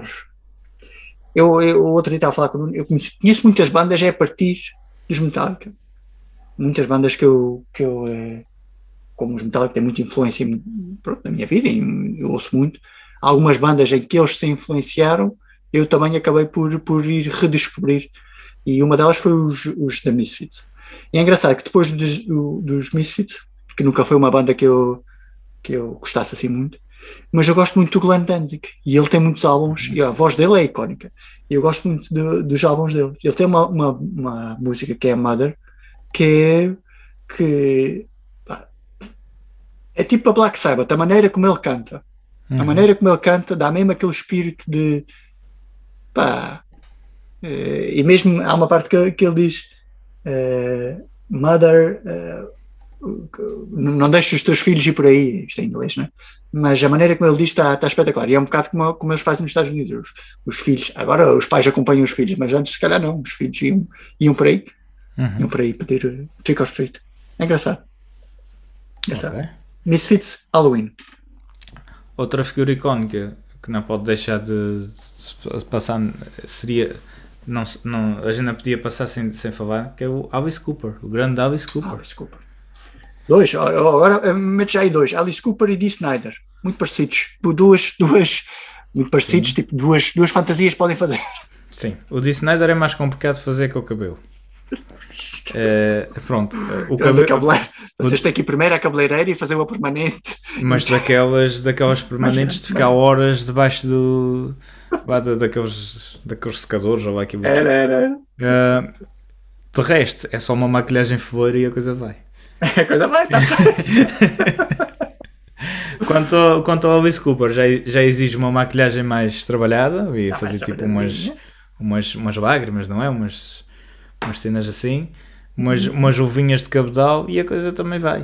eu, eu outro dia estava a falar com eu conheço, conheço muitas bandas é a partir dos Metallica. Muitas bandas que eu, que eu é, como os Metallica têm muita influência pronto, na minha vida e eu ouço muito. Algumas bandas em que eles se influenciaram, eu também acabei por, por ir redescobrir. E uma delas foi os, os The Misfits. E é engraçado que depois dos, dos Misfits, que nunca foi uma banda que eu, que eu gostasse assim muito, mas eu gosto muito do Glenn Danzig e ele tem muitos álbuns e a voz dele é icónica e eu gosto muito de, dos álbuns dele. Ele tem uma, uma, uma música que é Mother, que é, que, pá, é tipo a Black Sabbath, a maneira como ele canta, uhum. a maneira como ele canta dá mesmo aquele espírito de pá, e mesmo há uma parte que, que ele diz uh, Mother, uh, não deixes os teus filhos ir por aí, isto é em inglês, não é? Mas a maneira como ele diz está, está espetacular e é um bocado como, como eles fazem nos Estados Unidos, os, os filhos, agora os pais acompanham os filhos, mas antes se calhar não, os filhos iam, iam por aí uhum. iam por aí pedir trick or treat, é engraçado, engraçado. Okay. Misfits, Halloween. Outra figura icónica que não pode deixar de, de passar seria não, não, a gente não podia passar sem, sem falar, que é o Alice Cooper, o grande Alice Cooper. Alice Cooper. Dois, agora metes aí dois, Alice Cooper e Dee Snider, muito parecidos, duas, duas muito parecidos, Sim. tipo duas, duas fantasias podem fazer. Sim, o Dee Snider é mais complicado de fazer que o cabelo. É, pronto, o cabelo. Vocês têm que ir primeiro à cabeleireira e fazer uma permanente. Mas daquelas, daquelas permanentes de ficar horas debaixo do. Lá, daqueles, daqueles secadores ou lá aquilo. Era, era. Uh, de resto, é só uma maquilhagem foleira e a coisa vai. A coisa vai, tá quanto, ao, quanto ao Alice Cooper, já, já exige uma maquilhagem mais trabalhada. Eu ia fazer ah, tipo umas, umas, umas lágrimas, não é? Umas, umas cenas assim. Umas, umas luvinhas de cabedal e a coisa também vai.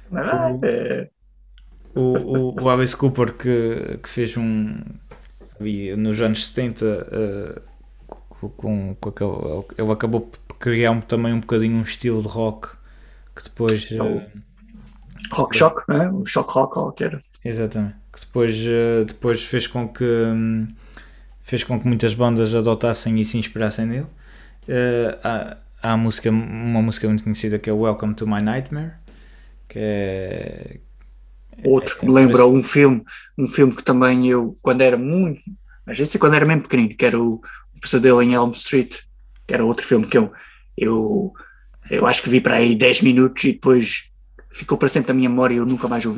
O, o, o Alice Cooper que, que fez um nos anos setenta uh, com, com aquele, ele acabou por criar um, também um bocadinho um estilo de rock que depois uh, rock depois, shock, não é? O shock rock ou que era. Exatamente, que depois, uh, depois fez com que um, fez com que muitas bandas adotassem e se inspirassem nele. Uh, há, há a música, uma música muito conhecida que é Welcome to My Nightmare, que é outro que me lembra um filme, um filme que também eu, quando era muito, mas esse quando era mesmo pequenino, que era o, o Pesadelo em Elm Street, que era outro filme que eu, eu, eu acho que vi para aí dez minutos e depois ficou para sempre na minha memória e eu nunca mais o vi.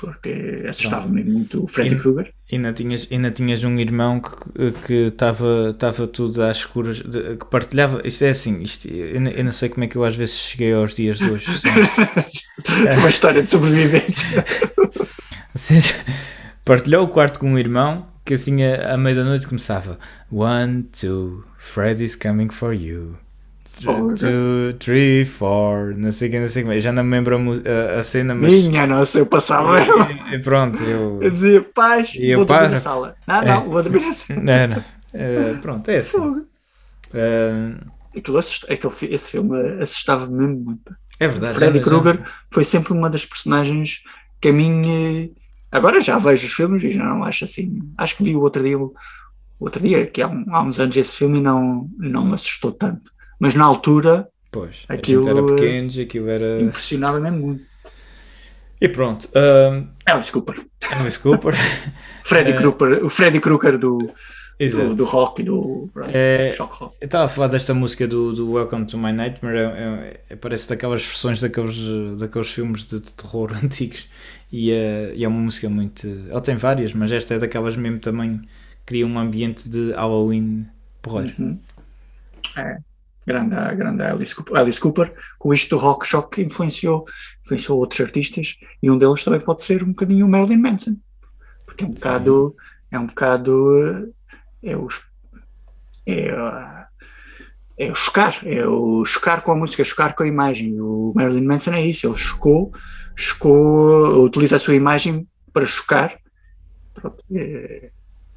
porque assustava-me muito o Freddy E- Krueger. Ainda tinhas, ainda tinhas um irmão que que estava estava tudo às escuras, de- que partilhava. Isto é assim, isto, eu, não- eu não sei como é que eu às vezes cheguei aos dias de hoje. Sem- Uma história de sobrevivência. Ou seja, partilhou o quarto com um irmão que assim a, à meia da noite começava: One, two, Freddy's coming for you. Porra. Two, three, four, não sei o que, não sei o que. Já não me lembro a, mu- a- a cena, mas. Minha nossa, eu passava. E- e pronto, eu. Eu dizia, paz, E eu vou dormir paro. na sala. Não, É. não, vou dormir na sala. Não, não. Eh, pronto, é assim. Fogo. Eh, Aquilo assust... Aquele... fi- Esse filme assustava-me mesmo muito. é verdade. Freddy já- já- Krueger foi sempre uma das personagens que a mim. eh, Agora já vejo os filmes e já não acho assim. Acho que vi o outro dia, o outro dia, que há, um- há uns anos esse filme e não, não me assustou tanto. Mas na altura Pois, Aquilo, a gente era eh, pequenos, aquilo era. impressionava mesmo muito. E pronto. eh, Alice Cooper. Alice Cooper. Freddy Eh, Krueger, o Freddy Krueger do, do, Exato. do rock e do Eh, shock rock. Eu estava a falar desta música do, do Welcome to My Nightmare, é, é- é- parece daquelas versões daqueles, daqueles filmes de, de terror antigos, e é, e é uma música muito. Ela tem várias, mas esta é daquelas mesmo também, cria um ambiente de Halloween porreiro. Uhum. É, grande, grande Alice Cooper. Alice Cooper, com isto do rock shock, influenciou, influenciou outros artistas, e um deles também pode ser um bocadinho o Marilyn Manson, porque é um bocado, é um bocado, é o, é, a- é o chocar, é o chocar com a música, chocar com a imagem. O Marilyn Manson é isso, ele chocou, chocou, utiliza a sua imagem para chocar. Pronto, é,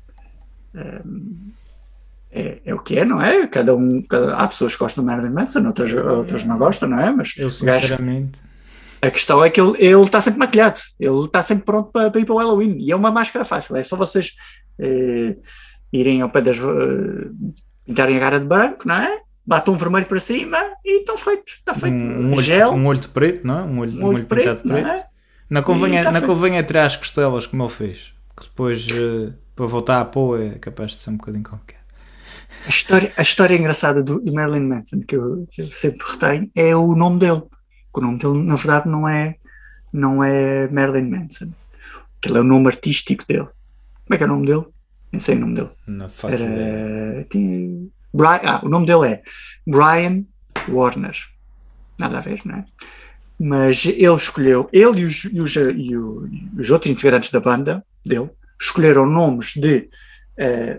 é, é o que é, não é? Cada um, cada- há pessoas que gostam do Marilyn Manson, outras, outras não gostam, não é? Mas Eu o gajo, sinceramente. a questão é que ele ele está sempre maquilhado, ele está sempre pronto para, para ir para o Halloween, e é uma máscara fácil, é só vocês eh, irem ao pé das. eh, pintarem a cara de branco, não é? Batam um vermelho para cima e estão feito, está feito. Um, um, olho, Gel, um olho de preto, não é? Um olho, um um olho olho pintado preto, de não preto. é? Não convém, E tá não feito. convém atirar as costelas como ele fez, que depois eh, para voltar a pôr é capaz de ser um bocadinho qualquer. A história, a história engraçada do, do Marilyn Manson, que eu, que eu sempre retenho, é o nome dele. O nome dele, na verdade, não é, não é Marilyn Manson. Aquele é o nome artístico dele. Como é que é o nome dele? Nem sei o nome dele. Não faço ideia. Era, tinha, Brian, ah, o nome dele é Brian Warner. Nada a ver, não é? Mas ele escolheu, ele e os, e os, e o- e os outros integrantes da banda dele escolheram nomes de eh,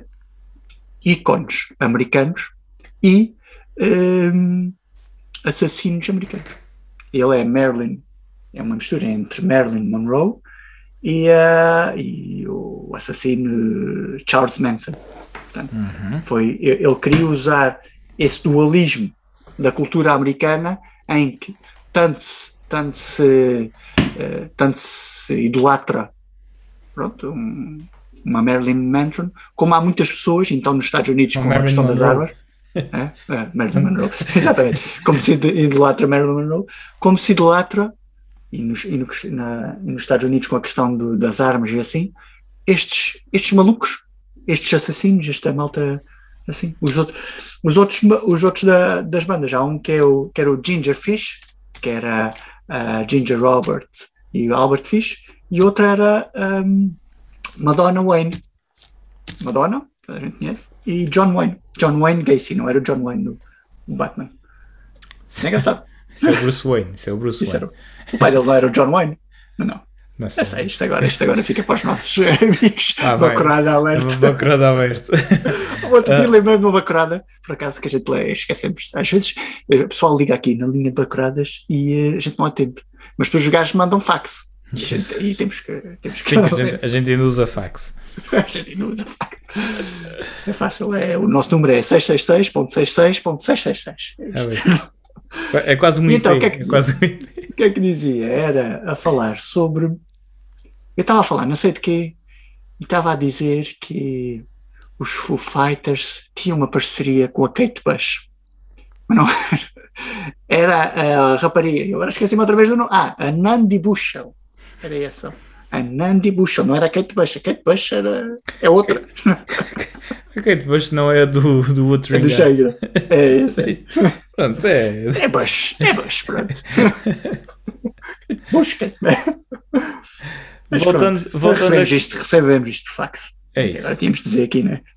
ícones americanos e ehm, assassinos americanos. Ele é Marilyn, é uma mistura entre Marilyn Monroe e, eh, e o assassino Charles Manson. Portanto, Uhum. foi, ele queria usar esse dualismo da cultura americana em que tanto se, tanto se, eh, tanto se idolatra, pronto, um- uma Marilyn Manson, como há muitas pessoas, então nos Estados Unidos, Uma com a Marilyn questão das Monroe. armas, é, é, Marilyn Monroe, exatamente, como se idolatra Marilyn Monroe, como se idolatra, e nos, e nos, na- nos Estados Unidos com a questão do- das armas e assim, estes, estes malucos, estes assassinos, esta malta assim, os outros, os outros, os outros da- das bandas, há um que, é o, que era o Ginger Fish, que era a Ginger Robert e o Albert Fish, e outro era um, Madonna Wayne, Madonna, que a gente conhece, e John Wayne, John Wayne Gacy, não era o John Wayne do, do Batman. Isso é engraçado. Isso é o Bruce Wayne. Isso é o Bruce Isso Wayne. era, o pai dele não era o John Wayne, não, não. Não É sei. sei, isto agora, isto agora fica para os nossos amigos. Ah, vai. Bacurada É alerta. uma bacurada aberta. O outro dia lembrei-me de uma bacurada, por acaso, que a gente lê, esquecemos. Às vezes eh, o pessoal liga aqui na linha de bacuradas e eh, a gente não atende. Mas depois os gajos mandam fax. E, a gente- Jesus. e temos que. Temos que Sim, a gente, a gente ainda usa fax. a gente não usa fax. É fácil, é, o nosso número é seis seis seis ponto sessenta e seis ponto seiscentos e sessenta e seis. É É isto. É quase um E I P. então, o que é que é quase um I P. O que é que dizia? Era a falar sobre. Eu estava a falar, não sei de quê, e estava a dizer que os Foo Fighters tinham uma parceria com a Kate Bush. Mas não era. Era a rapariga, eu agora esqueci-me outra vez do nome. Ah, a Nandi Bushell. Era essa. A Nandi Bushell, não era a Kate Bush. A Kate Bush era, é outra. Ok, depois não é do, do outro É do Shakira. É essa. É. Pronto, é. É Bush, é Bush, pronto. Busca. Mas voltando, pronto, voltando recebemos, aqui- isto, recebemos isto por fax. É isso. Agora tínhamos de dizer aqui, né?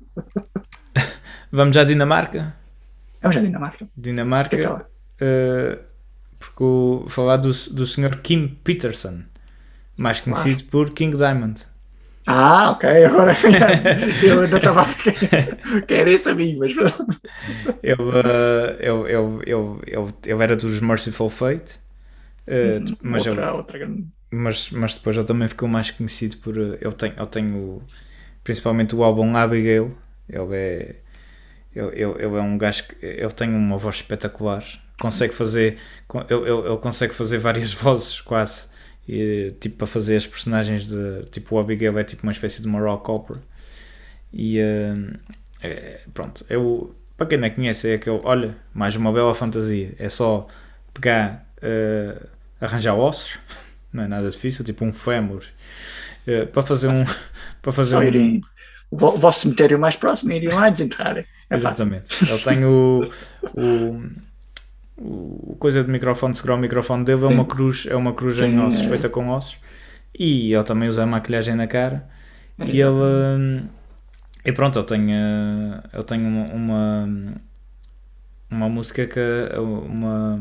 Vamos à Dinamarca. Vamos à Dinamarca. Dinamarca, Que é que ela- eh, porque o, falar do, do senhor Kim Peterson, mais conhecido por King Diamond. Ah, ok, agora eu ainda estava a ficar. Que era esse amigo, mas pronto. Ele, eh, ele, ele, ele, ele, ele era dos Merciful Fate, eh, mas, outra, ele- outra grande. mas, mas depois ele também ficou mais conhecido por. eh, Ele tem, ele tem o, principalmente o álbum Abigail. Ele é, ele, ele, ele é um gajo que ele tem uma voz espetacular. Consegue fazer, ele, ele, ele consegue fazer várias vozes quase. E, tipo, para fazer as personagens de. Tipo, o Abigail é tipo uma espécie de uma rock opera. E eh, é, pronto, eu, para quem não conhece, é aquele. Olha, mais uma bela fantasia. É só pegar, eh, arranjar ossos, não é nada difícil, tipo um fémur, eh, para fazer um. Para fazer Só um irem. O vo- o vosso cemitério mais próximo, irem lá e desenterrarem. É fácil. exatamente. Ele tem o. o o coisa de microfone, segurar o microfone dele é uma cruz, é uma cruz em Sim, ossos, é. feita com ossos, e ele também usa a maquilhagem na cara. É, E ele hum, e pronto, eu tenho uh, eu tenho uma, uma uma música que uma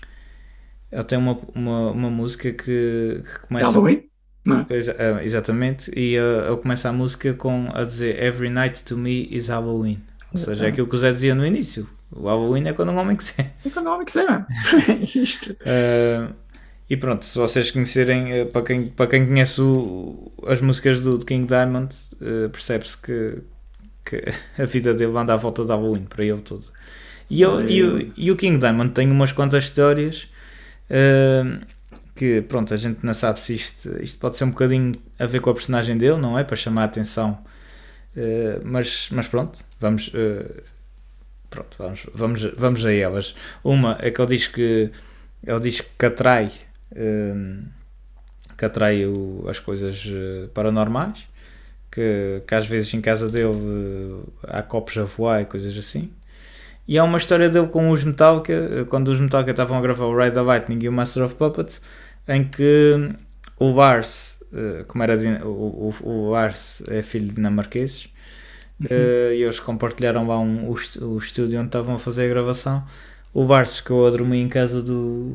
eu tenho uma, uma, uma música que, que começa Halloween? Não. Exa- uh, exatamente, e uh, eu começo a música com a dizer Every night to me is Halloween, ou seja, é aquilo que o Zé dizia no início. O Halloween é quando um homem quiser. É quando o homem quiser. Isto. Uh, e pronto, se vocês conhecerem, uh, para, quem, para quem conhece o, as músicas do, do King Diamond, uh, percebe-se que, que a vida dele anda à volta de Halloween, para ele todo. E, eu, e, o, e o King Diamond tem umas quantas histórias uh, que, pronto, a gente não sabe se isto, isto pode ser um bocadinho a ver com a personagem dele, não é? Para chamar a atenção. Uh, mas, mas pronto, vamos... Uh, Pronto, vamos, vamos, vamos a elas. Uma é que ele diz que ele diz que atrai, um, que atrai o, as coisas uh, paranormais, que, que às vezes em casa dele uh, há copos a voar e coisas assim. E há uma história dele com os Metallica, quando os Metallica estavam a gravar o Ride the Lightning e o Master of Puppets, em que o Lars, uh, como era o, o, o Lars é filho de dinamarqueses. Uhum. Uh, e eles compartilharam lá um, o, o estúdio onde estavam a fazer a gravação. O Lars ficou a dormir em casa do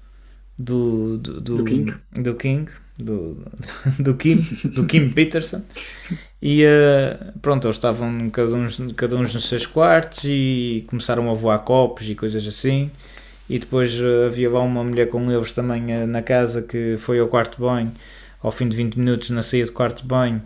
do, do, do, Do King, do, King do, do, Kim, do Kim Peterson, e uh, pronto, eles estavam cada um, cada um nos seus quartos e começaram a voar copos e coisas assim. E depois uh, havia lá uma mulher com eles também uh, na casa, que foi ao quarto de banho. Ao fim de vinte minutos, na saída do quarto de banho,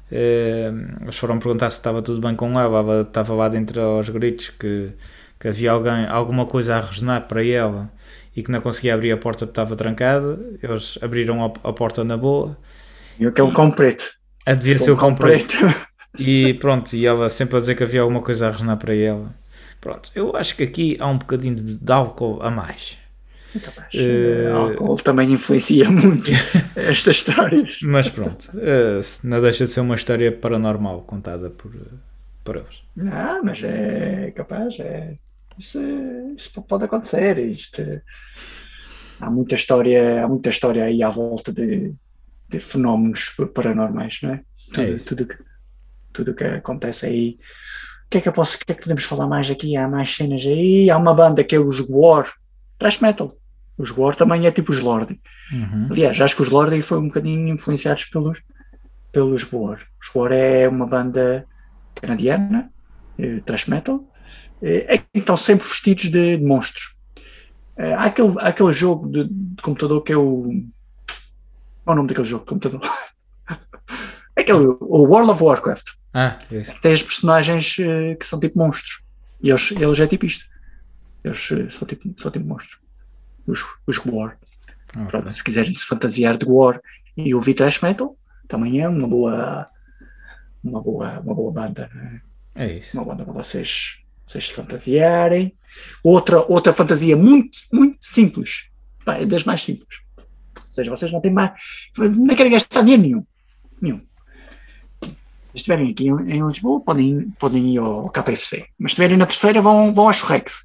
Uh, eles foram perguntar se estava tudo bem com ela. Ela estava lá dentro aos gritos que, que havia alguém, alguma coisa a ressonar para ela e que não conseguia abrir a porta porque estava trancada. Eles abriram a, a porta na boa. E o que é um cão preto. A devia ser Um o cão preto. preto. E pronto, e ela sempre a dizer que havia alguma coisa a ressonar para ela. Pronto, eu acho que aqui há um bocadinho de, de álcool a mais. Capaz. Uh, O álcool também influencia muito estas histórias. Mas pronto, uh, não deixa de ser uma história paranormal contada por, por eles. Ah, mas é capaz, é. Isso, isso pode acontecer. Isto, há muita história, há muita história aí à volta de, de fenómenos paranormais, não é? Tudo, É isso. tudo que tudo que acontece aí. O que é que eu posso, o que é que podemos falar mais aqui? Há mais cenas aí. Há uma banda que é os War, thrash metal. Os War também é tipo os Lorde. Uhum. Aliás, acho que os Lorde foi um bocadinho influenciados pelos, pelos War. Os War é uma banda canadiana, eh, thrash metal, eh, é que estão sempre vestidos de, de monstros. Eh, há, aquele, há aquele jogo de, de computador que é o. Qual é o nome daquele jogo de computador? Aquele, o World of Warcraft. Ah, isso. Tem as personagens eh, que são tipo monstros. E eles, eles é tipo isto. Eles eh, são, tipo, são tipo monstros. Os, os War. Okay. Pronto, se quiserem se fantasiar de War e ouvir thrash metal, também é uma boa uma boa, uma boa banda. Né? É isso. Uma banda para vocês, vocês se fantasiarem. Outra, outra fantasia muito, muito simples. Pá, é das mais simples. Ou seja, vocês não têm mais. Não querem gastar dinheiro nenhum. Nenhum. Se estiverem aqui em, em Lisboa, podem, podem ir ao K F C. Mas se estiverem na terceira, vão, vão à Churrex.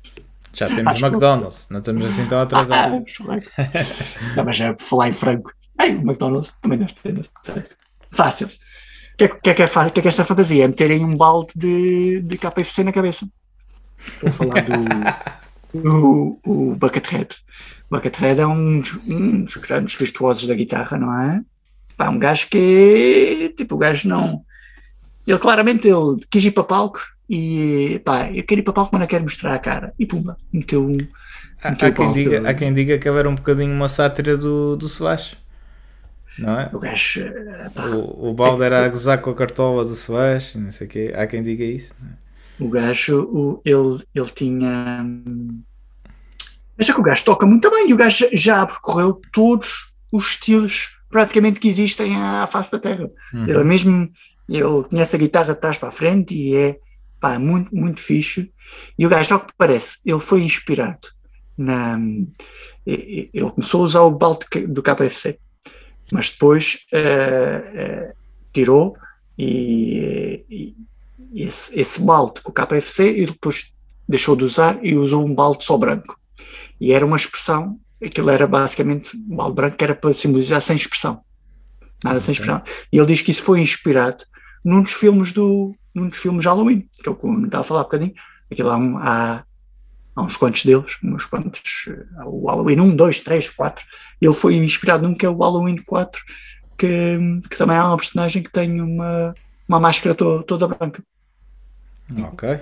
Já temos Acho McDonald's, que... não estamos assim tão atrasados. Ah, não, mas é por falar em frango. Ai, o McDonald's também deve ter, não sei. Fácil. O que é que é, que é, fa- que é que esta fantasia? É meterem um balde de, de K F C na cabeça. Estou a falar do, do o Buckethead. Buckethead é um dos, um dos grandes virtuosos da guitarra, não é? Pá, um gajo que, tipo, o gajo não... Ele claramente ele quis ir para palco e, pá, eu quero ir para palco, mas não quero mostrar a cara. E pumba, meteu, um- Há, meteu há o quem balde. diga, há quem diga que era um bocadinho uma sátira do, do Slash, não é? O gajo, eh, pá, O, o balde era a gozar com a cartola do Slash, não sei o quê. Há quem diga isso. Não é? o gajo, o- ele, ele tinha. Mas é que o gajo toca muito bem e o gajo já percorreu todos os estilos praticamente que existem à face da Terra. Uhum. Ele mesmo, ele conhece a guitarra de trás para a frente e é, pá, muito, muito fixe. E o gajo, ao que parece, ele foi inspirado na... Ele começou a usar o balde do K F C, mas depois uh, uh, tirou e, e esse, esse balde com o K F C e depois deixou de usar e usou um balde só branco. E era uma expressão, aquilo era basicamente um balde branco que era para simbolizar sem expressão. Nada okay. sem expressão. E ele diz que isso foi inspirado num dos filmes do num dos filmes de Halloween, que é o que eu estava a falar há bocadinho. Aquilo há, um, há, há uns quantos deles, uns quantos, o Halloween um, dois, três, quatro. Ele foi inspirado num que é o Halloween quatro, que, que também é uma personagem que tem uma, uma máscara to, toda branca. Ok.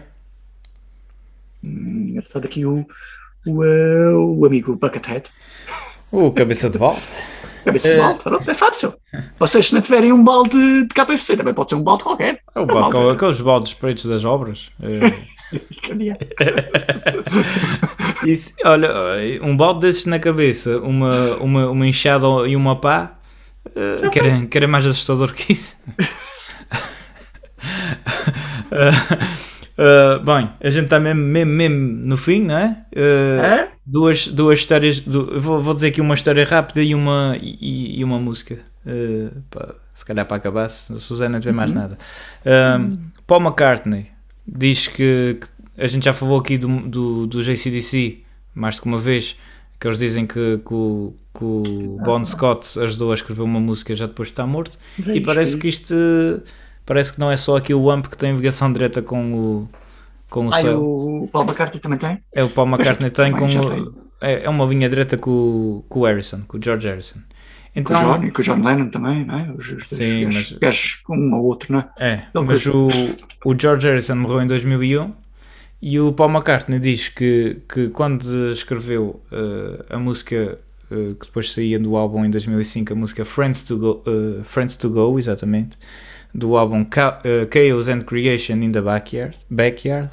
Hum, engraçado aqui o O, uh, o amigo Buckethead. O cabeça de balde. Cabeça de balde, pronto, é fácil. Vocês, se não tiverem um balde de K F C, também pode ser um balde qualquer. É o balde, balde. Aqueles baldes pretos das obras. Isso, olha, um balde desses na cabeça, uma, uma, uma enxada e uma pá, uh, que, era, que era mais assustador que isso. uh, Uh, bem, a gente está mesmo, mesmo, mesmo no fim, não é? Uh, é? Duas, duas histórias, do, vou, vou dizer aqui uma história rápida e uma, e, e uma música, uh, pá, se calhar para acabar, se a Susana não tiver uhum. mais nada. Uh, Paul McCartney diz que, que a gente já falou aqui do, do, do J C D C mais do que uma vez, que eles dizem que, que, o, que o Bon Scott ajudou a escrever uma música já depois de estar morto, e parece que isto... Parece que não é só aqui o Amp que tem ligação direta com o, com o ah, céu. O Paul McCartney também tem? É, o Paul McCartney tem, com o, é, é uma linha direta com, com o Harrison, com o George Harrison. Então, com, o John, e com o John Lennon também, não é? Os, os, sim, os, mas... Gajos com um ou outro, não é? É, Ele mas o, o George Harrison morreu em dois mil e um e o Paul McCartney diz que, que quando escreveu uh, a música uh, que depois saía do álbum em dois mil e cinco, a música Friends to Go, uh, Friends to Go, exatamente, do álbum Chaos and Creation in the Backyard, backyard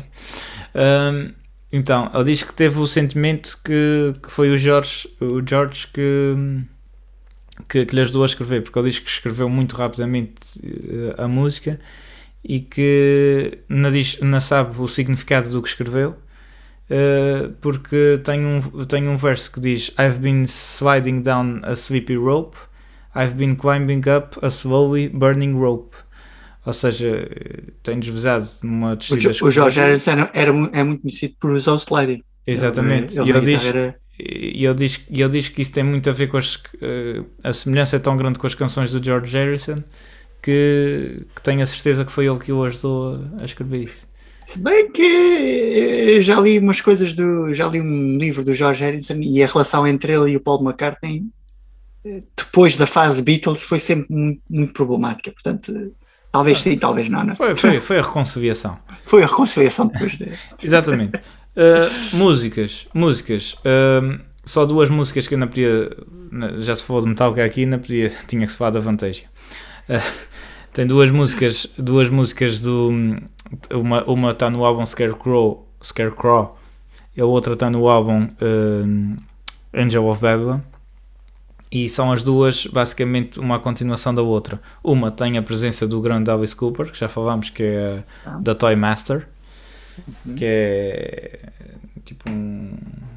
um, então, ele diz que teve o sentimento que, que foi o George, o George que, que, que lhe ajudou a escrever, porque ele diz que escreveu muito rapidamente a música e que não, diz, não sabe o significado do que escreveu, uh, porque tem um, tem um verso que diz I've been sliding down a sleepy rope, I've been climbing up a slowly burning rope. Ou seja, tem deslizado numa descida. O, o George Harrison era, era, é muito conhecido por usar o sliding. Exatamente. Ele, ele, e ele diz, era... ele, diz, ele diz que isso tem muito a ver com as, uh, a semelhança é tão grande com as canções do George Harrison que, que tenho a certeza que foi ele que o ajudou a, a escrever isso. Se bem que eu já li umas coisas do. Já li um livro do George Harrison e a relação entre ele e o Paul McCartney depois da fase Beatles foi sempre muito, muito problemática, portanto talvez sim, talvez não, não? Foi, foi, foi a reconciliação foi a reconciliação depois de... exatamente. Uh, músicas músicas uh, só duas músicas que eu não podia, já se falou de Metallica aqui, não podia, tinha que se falar da Vantage. Uh, tem duas músicas duas músicas do uma, uma está no álbum Scarecrow, Scarecrow e a outra está no álbum uh, Angel of Babylon. E são as duas basicamente uma continuação da outra. Uma tem a presença do grande Alice Cooper, que já falámos, que é ah. da Toy Master, uhum. que é tipo um,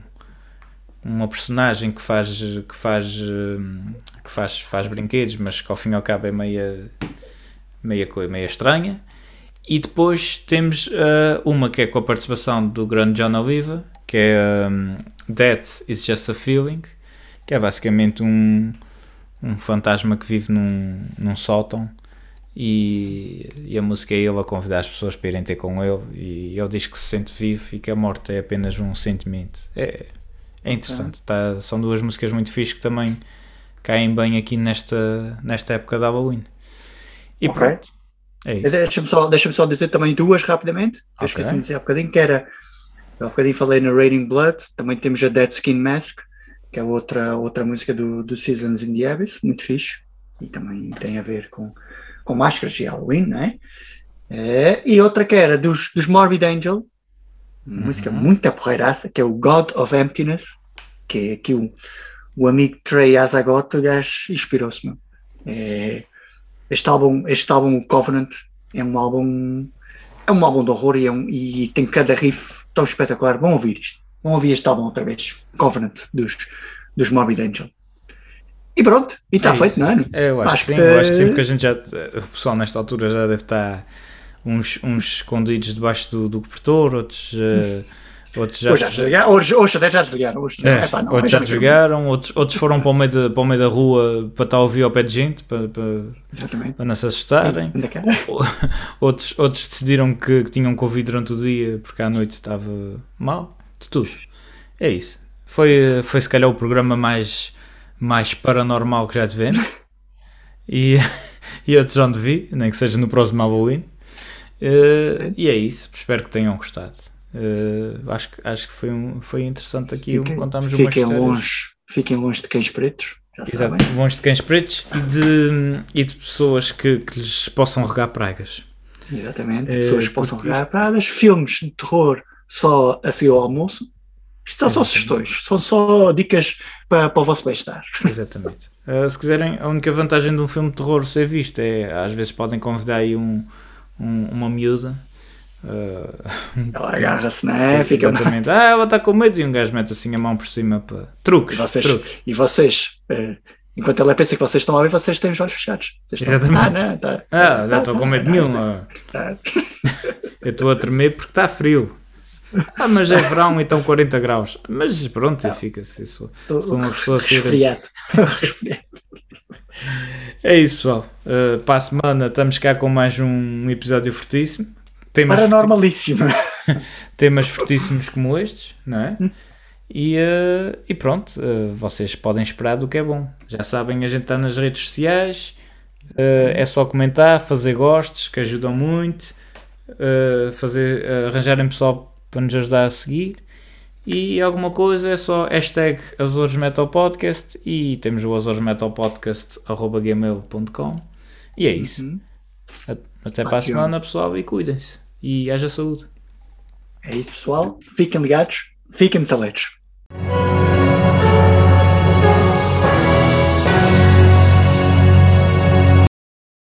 uma personagem que faz que faz que faz faz brinquedos, mas que ao fim e ao cabo é meia meia coisa meia estranha. E depois temos uh, uma que é com a participação do grande John Oliva, que é um, That Is Just a Feeling, que é basicamente um, um fantasma que vive num, num sótão e, e a música é ele a convidar as pessoas para irem ter com ele e ele diz que se sente vivo e que a morte é apenas um sentimento. É, é interessante, tá, são duas músicas muito fixes que também caem bem aqui nesta, nesta época de Halloween. E Ok. pronto, é isso. Deixa-me só, deixa-me só dizer também duas rapidamente. Eu Ok. esqueci-me de dizer há bocadinho que era. Há bocadinho falei na Raining Blood. Também temos a Dead Skin Mask, que é outra, outra música do, do Seasons in the Abyss, muito fixe. E também tem a ver com, com máscaras de Halloween, não é? É, e outra que era dos, dos Morbid Angel, uma Uhum. música muito aporreiraça, que é o God of Emptiness, que é aqui o, o amigo Trey Azagot, o gajo inspirou-se, meu. É, este álbum, este álbum Covenant, é um álbum é um álbum de horror e, é um, e tem cada riff tão espetacular. Vão ouvir isto, vão ouvir este álbum outra vez, Covenant, dos, dos Morbid Angel. E pronto, e está É feito, isso. não é? É, eu acho, Acho que que sim, te- eu acho que sim, porque a gente já, o pessoal nesta altura já deve estar uns, uns escondidos debaixo do, do cobertor, outros, eh, outros já, Hoje já desligaram, hoje, hoje até já desligaram. Hoje, é, epá, não, outros hoje já não quero- desligaram, outros, outros foram para o, meio de, para o meio da rua para estar a ouvir ao pé de gente, para, para, Exatamente. para não se assustarem. Onde é que é? Outros, outros decidiram que, que tinham Covid durante o dia porque à noite estava mal, de tudo. É isso. Foi, foi se calhar o programa mais, mais paranormal que já tivemos. E, e outros onde vi, nem que seja no próximo Halloween. Uh, e é isso, espero que tenham gostado. Uh, acho, que, acho que foi, um, foi interessante aqui. Fiquem, Contámos umas fiquem histórias. longe, fiquem longe de cães pretos, já Exato, sabem. bons de cães pretos e de, e de pessoas que, que lhes possam regar pragas. Exatamente, É, pessoas que possam porque regar pradas, filmes de terror só a seguir ao almoço. Isto são só Exatamente. sugestões, são só dicas para, para o vosso bem-estar. Exatamente. Uh, se quiserem, a única vantagem de um filme de terror ser visto é, às vezes podem convidar aí um, um, uma miúda. Uh, Ela agarra-se, não é? Fica mal. exatamente. Ah, ela está com medo e um gajo mete assim a mão por cima para... Truques, E vocês, truques. e vocês eh, enquanto ela pensa que vocês estão a ver, vocês têm os olhos fechados. Vocês estão, Exatamente. ah, não, tá, Ah, já tá, estou tá, com medo tá, nenhum. tá, ah. tá. Eu estou a tremer porque está frio. Ah, mas é verão, então quarenta graus. Mas pronto, fica-se. Sou, sou uma pessoa que... Resfriado. Resfriado. É isso, pessoal. Uh, para a semana estamos cá com mais um episódio fortíssimo. Temas, forti- Paranormalíssimo. temas fortíssimos como estes, não é? E, uh, e pronto, uh, vocês podem esperar do que é bom. Já sabem, a gente está nas redes sociais. Uh, é só comentar, fazer gostos, que ajudam muito. Uh, fazer, uh, arranjarem pessoal para nos ajudar a seguir. E alguma coisa é só hashtag Azores Metal Podcast e temos o azores metal podcast arroba gmail ponto com e é isso. Uhum. Até para a Ótimo. semana, pessoal, e cuidem-se e haja saúde. É isso, pessoal. Fiquem ligados, fiquem metaleiros.